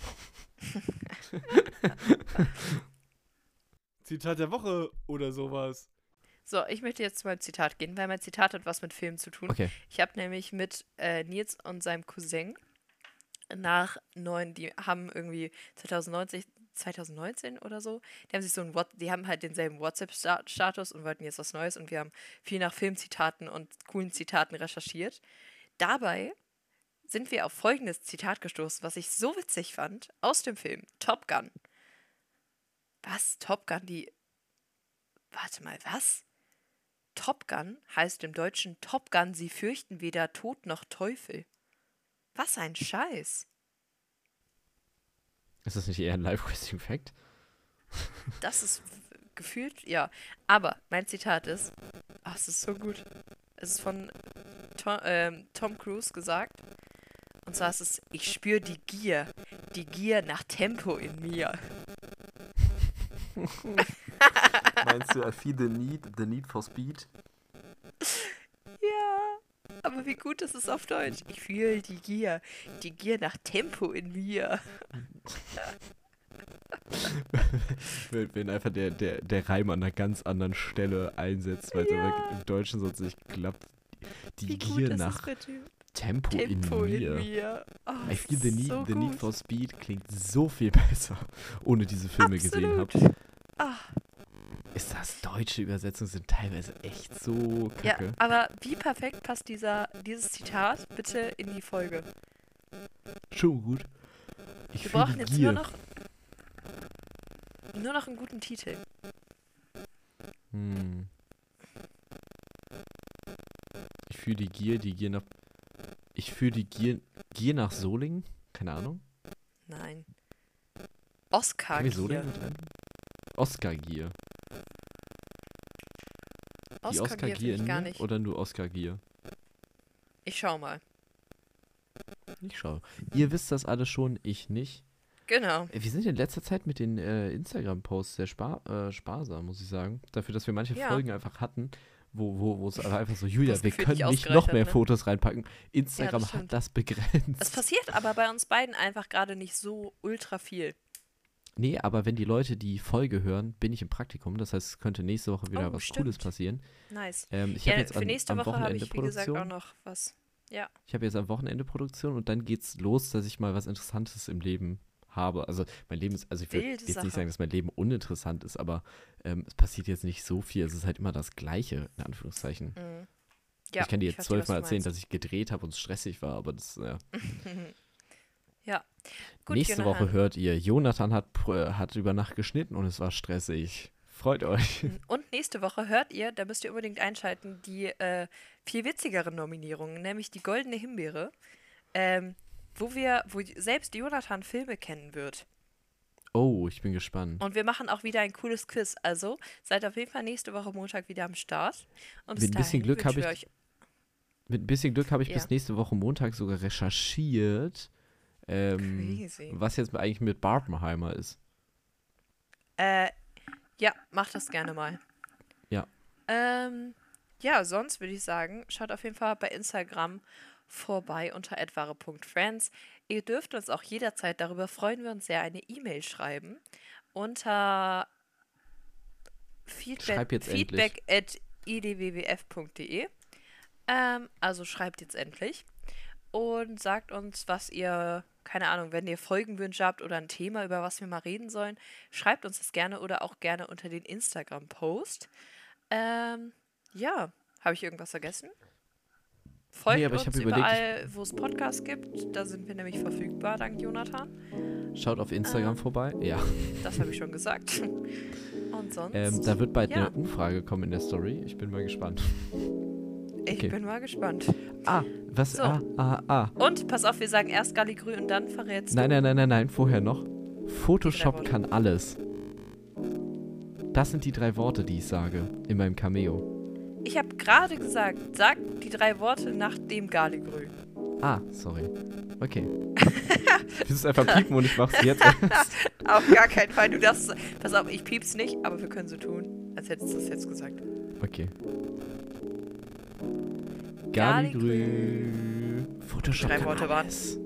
Zitat der Woche oder sowas. So, ich möchte jetzt zu meinem Zitat gehen, weil mein Zitat hat was mit Film zu tun. Okay. Ich habe nämlich mit äh, Nils und seinem Cousin nach neun, die haben irgendwie zwanzig neunzehn, zwanzig neunzehn oder so, die haben sich so ein What, die haben halt denselben WhatsApp-Status und wollten jetzt was Neues und wir haben viel nach Filmzitaten und coolen Zitaten recherchiert. Dabei sind wir auf folgendes Zitat gestoßen, was ich so witzig fand, aus dem Film Top Gun. Was? Top Gun, die... Warte mal, was? Top Gun heißt im Deutschen Top Gun, sie fürchten weder Tod noch Teufel. Was ein Scheiß. Ist das nicht eher ein Life-Wasting-Fact? Das ist f- gefühlt, ja. Aber mein Zitat ist, ach, es ist so gut. Es ist von Tom, ähm, Tom Cruise gesagt. Und zwar ist es, ich spüre die Gier. Die Gier nach Tempo in mir. Meinst du, I feel the need, the need for speed? Ja. Aber wie gut ist es auf Deutsch? Ich fühle die Gier. Die Gier nach Tempo in mir. wenn, wenn einfach der, der, der Reim an einer ganz anderen Stelle einsetzt, weil es Ja. aber im Deutschen sonst nicht klappt. Die Wie gut Gier ist nach es bitte? Tempo, Tempo in in mir. mir. Oh, I feel the need, so the need gut. for speed klingt so viel besser, ohne diese Filme gesehen Absolut. habe. Ah, Ist das deutsche Übersetzungen sind teilweise echt so ja, kacke. aber wie perfekt passt dieser, dieses Zitat bitte in die Folge? Schon gut. Ich Wir fühle brauchen die jetzt Gier. nur noch, nur noch einen guten Titel. Hm. Ich fühle die Gier, die Gier nach. Ich fühle die Gier, Gier nach Solingen? Keine Ahnung. Nein. Oscar Können wir Gier. Solingen mit rein? Oscar Gier. Die Oscar Oscar Gier Gier finde in ich gar mir nicht. oder nur Oscar Gier? Ich schau mal. Ich schaue. Ihr wisst das alle schon, ich nicht. Genau. Wir sind in letzter Zeit mit den äh, Instagram-Posts sehr spar äh, sparsam, muss ich sagen. Dafür, dass wir manche Ja. Folgen einfach hatten, wo, wo, wo es einfach so, Julia, das wir Gefühl können nicht nicht ausgereicht noch hat, mehr ne? Fotos reinpacken. Instagram das stimmt. hat das begrenzt. Es passiert aber bei uns beiden einfach gerade nicht so ultra viel. Nee, aber wenn die Leute die Folge hören, bin ich im Praktikum. Das heißt, es könnte nächste Woche wieder Oh, was stimmt. Cooles passieren. Nice. Ähm, ich Ja, habe jetzt für an, nächste am Woche habe Wochenende ich, wie gesagt, Produktion. auch noch was. Ja. Ich habe jetzt am Wochenende Produktion und dann geht's los, dass ich mal was Interessantes im Leben habe. Also mein Leben ist, also ich will Wilde jetzt Sache. nicht sagen, dass mein Leben uninteressant ist, aber ähm, es passiert jetzt nicht so viel. Es ist halt immer das Gleiche, in Anführungszeichen. Mhm. Ja, ich kann dir jetzt verstehe, was zwölfmal du erzählen, meinst. dass ich gedreht habe und es stressig war, aber das, ja. Ja. Gut, Nächste Jonathan. Woche hört ihr, Jonathan hat, pr- hat über Nacht geschnitten und es war stressig. Freut euch. Und nächste Woche hört ihr, da müsst ihr unbedingt einschalten, die äh, viel witzigeren Nominierungen, nämlich die Goldene Himbeere, ähm, wo wir, wo selbst Jonathan Filme kennen wird. Oh, ich bin gespannt. Und wir machen auch wieder ein cooles Quiz. Also seid auf jeden Fall nächste Woche Montag wieder am Start. Und bis Mit ein bisschen dahin Glück habe wünschen wir ich- euch Mit ein bisschen Glück habe ich Ja. bis nächste Woche Montag sogar recherchiert, ähm, Crazy. was jetzt eigentlich mit Barbenheimer ist. Äh, ja, macht das gerne mal. Ja. Ähm, ja, sonst würde ich sagen, schaut auf jeden Fall bei Instagram vorbei unter etware punkt friends. Ihr dürft uns auch jederzeit, darüber freuen wir uns sehr, eine E-Mail schreiben unter Schreib jetzt feedback at idwwf punkt de. Ähm, also schreibt jetzt endlich und sagt uns, was ihr, keine Ahnung, wenn ihr Folgenwünsche habt oder ein Thema, über was wir mal reden sollen, schreibt uns das gerne oder auch gerne unter den Instagram-Post. Ähm, ja, habe ich irgendwas vergessen? Folgt Nee, aber ich uns hab überlegt, überall, wo es Podcasts gibt. Da sind wir nämlich verfügbar, dank Jonathan. Schaut auf Instagram Ähm, vorbei. Ja. Das habe ich schon gesagt. Und sonst, Ähm, da wird bald ja. eine Umfrage kommen in der Story. Ich bin mal gespannt. ich okay. bin mal gespannt. Ah, was? So. Ah, ah, ah. Und pass auf, wir sagen erst Galligrü und dann verrätst Nein, du. nein, nein, nein, nein. Vorher noch. Photoshop Worte. kann alles. Das sind die drei Worte, die ich sage in meinem Cameo. Ich habe gerade gesagt, sag die drei Worte nach dem Galligrü. Ah, sorry. Okay. Du musst einfach piepen und ich mach's jetzt erst. Auf gar keinen Fall. Du darfst. Pass auf, ich piep's nicht, aber wir können so tun, als hättest du es jetzt gesagt. Okay. Galligrü. Galligrü. Photoshop Drei kann Worte waren. alles.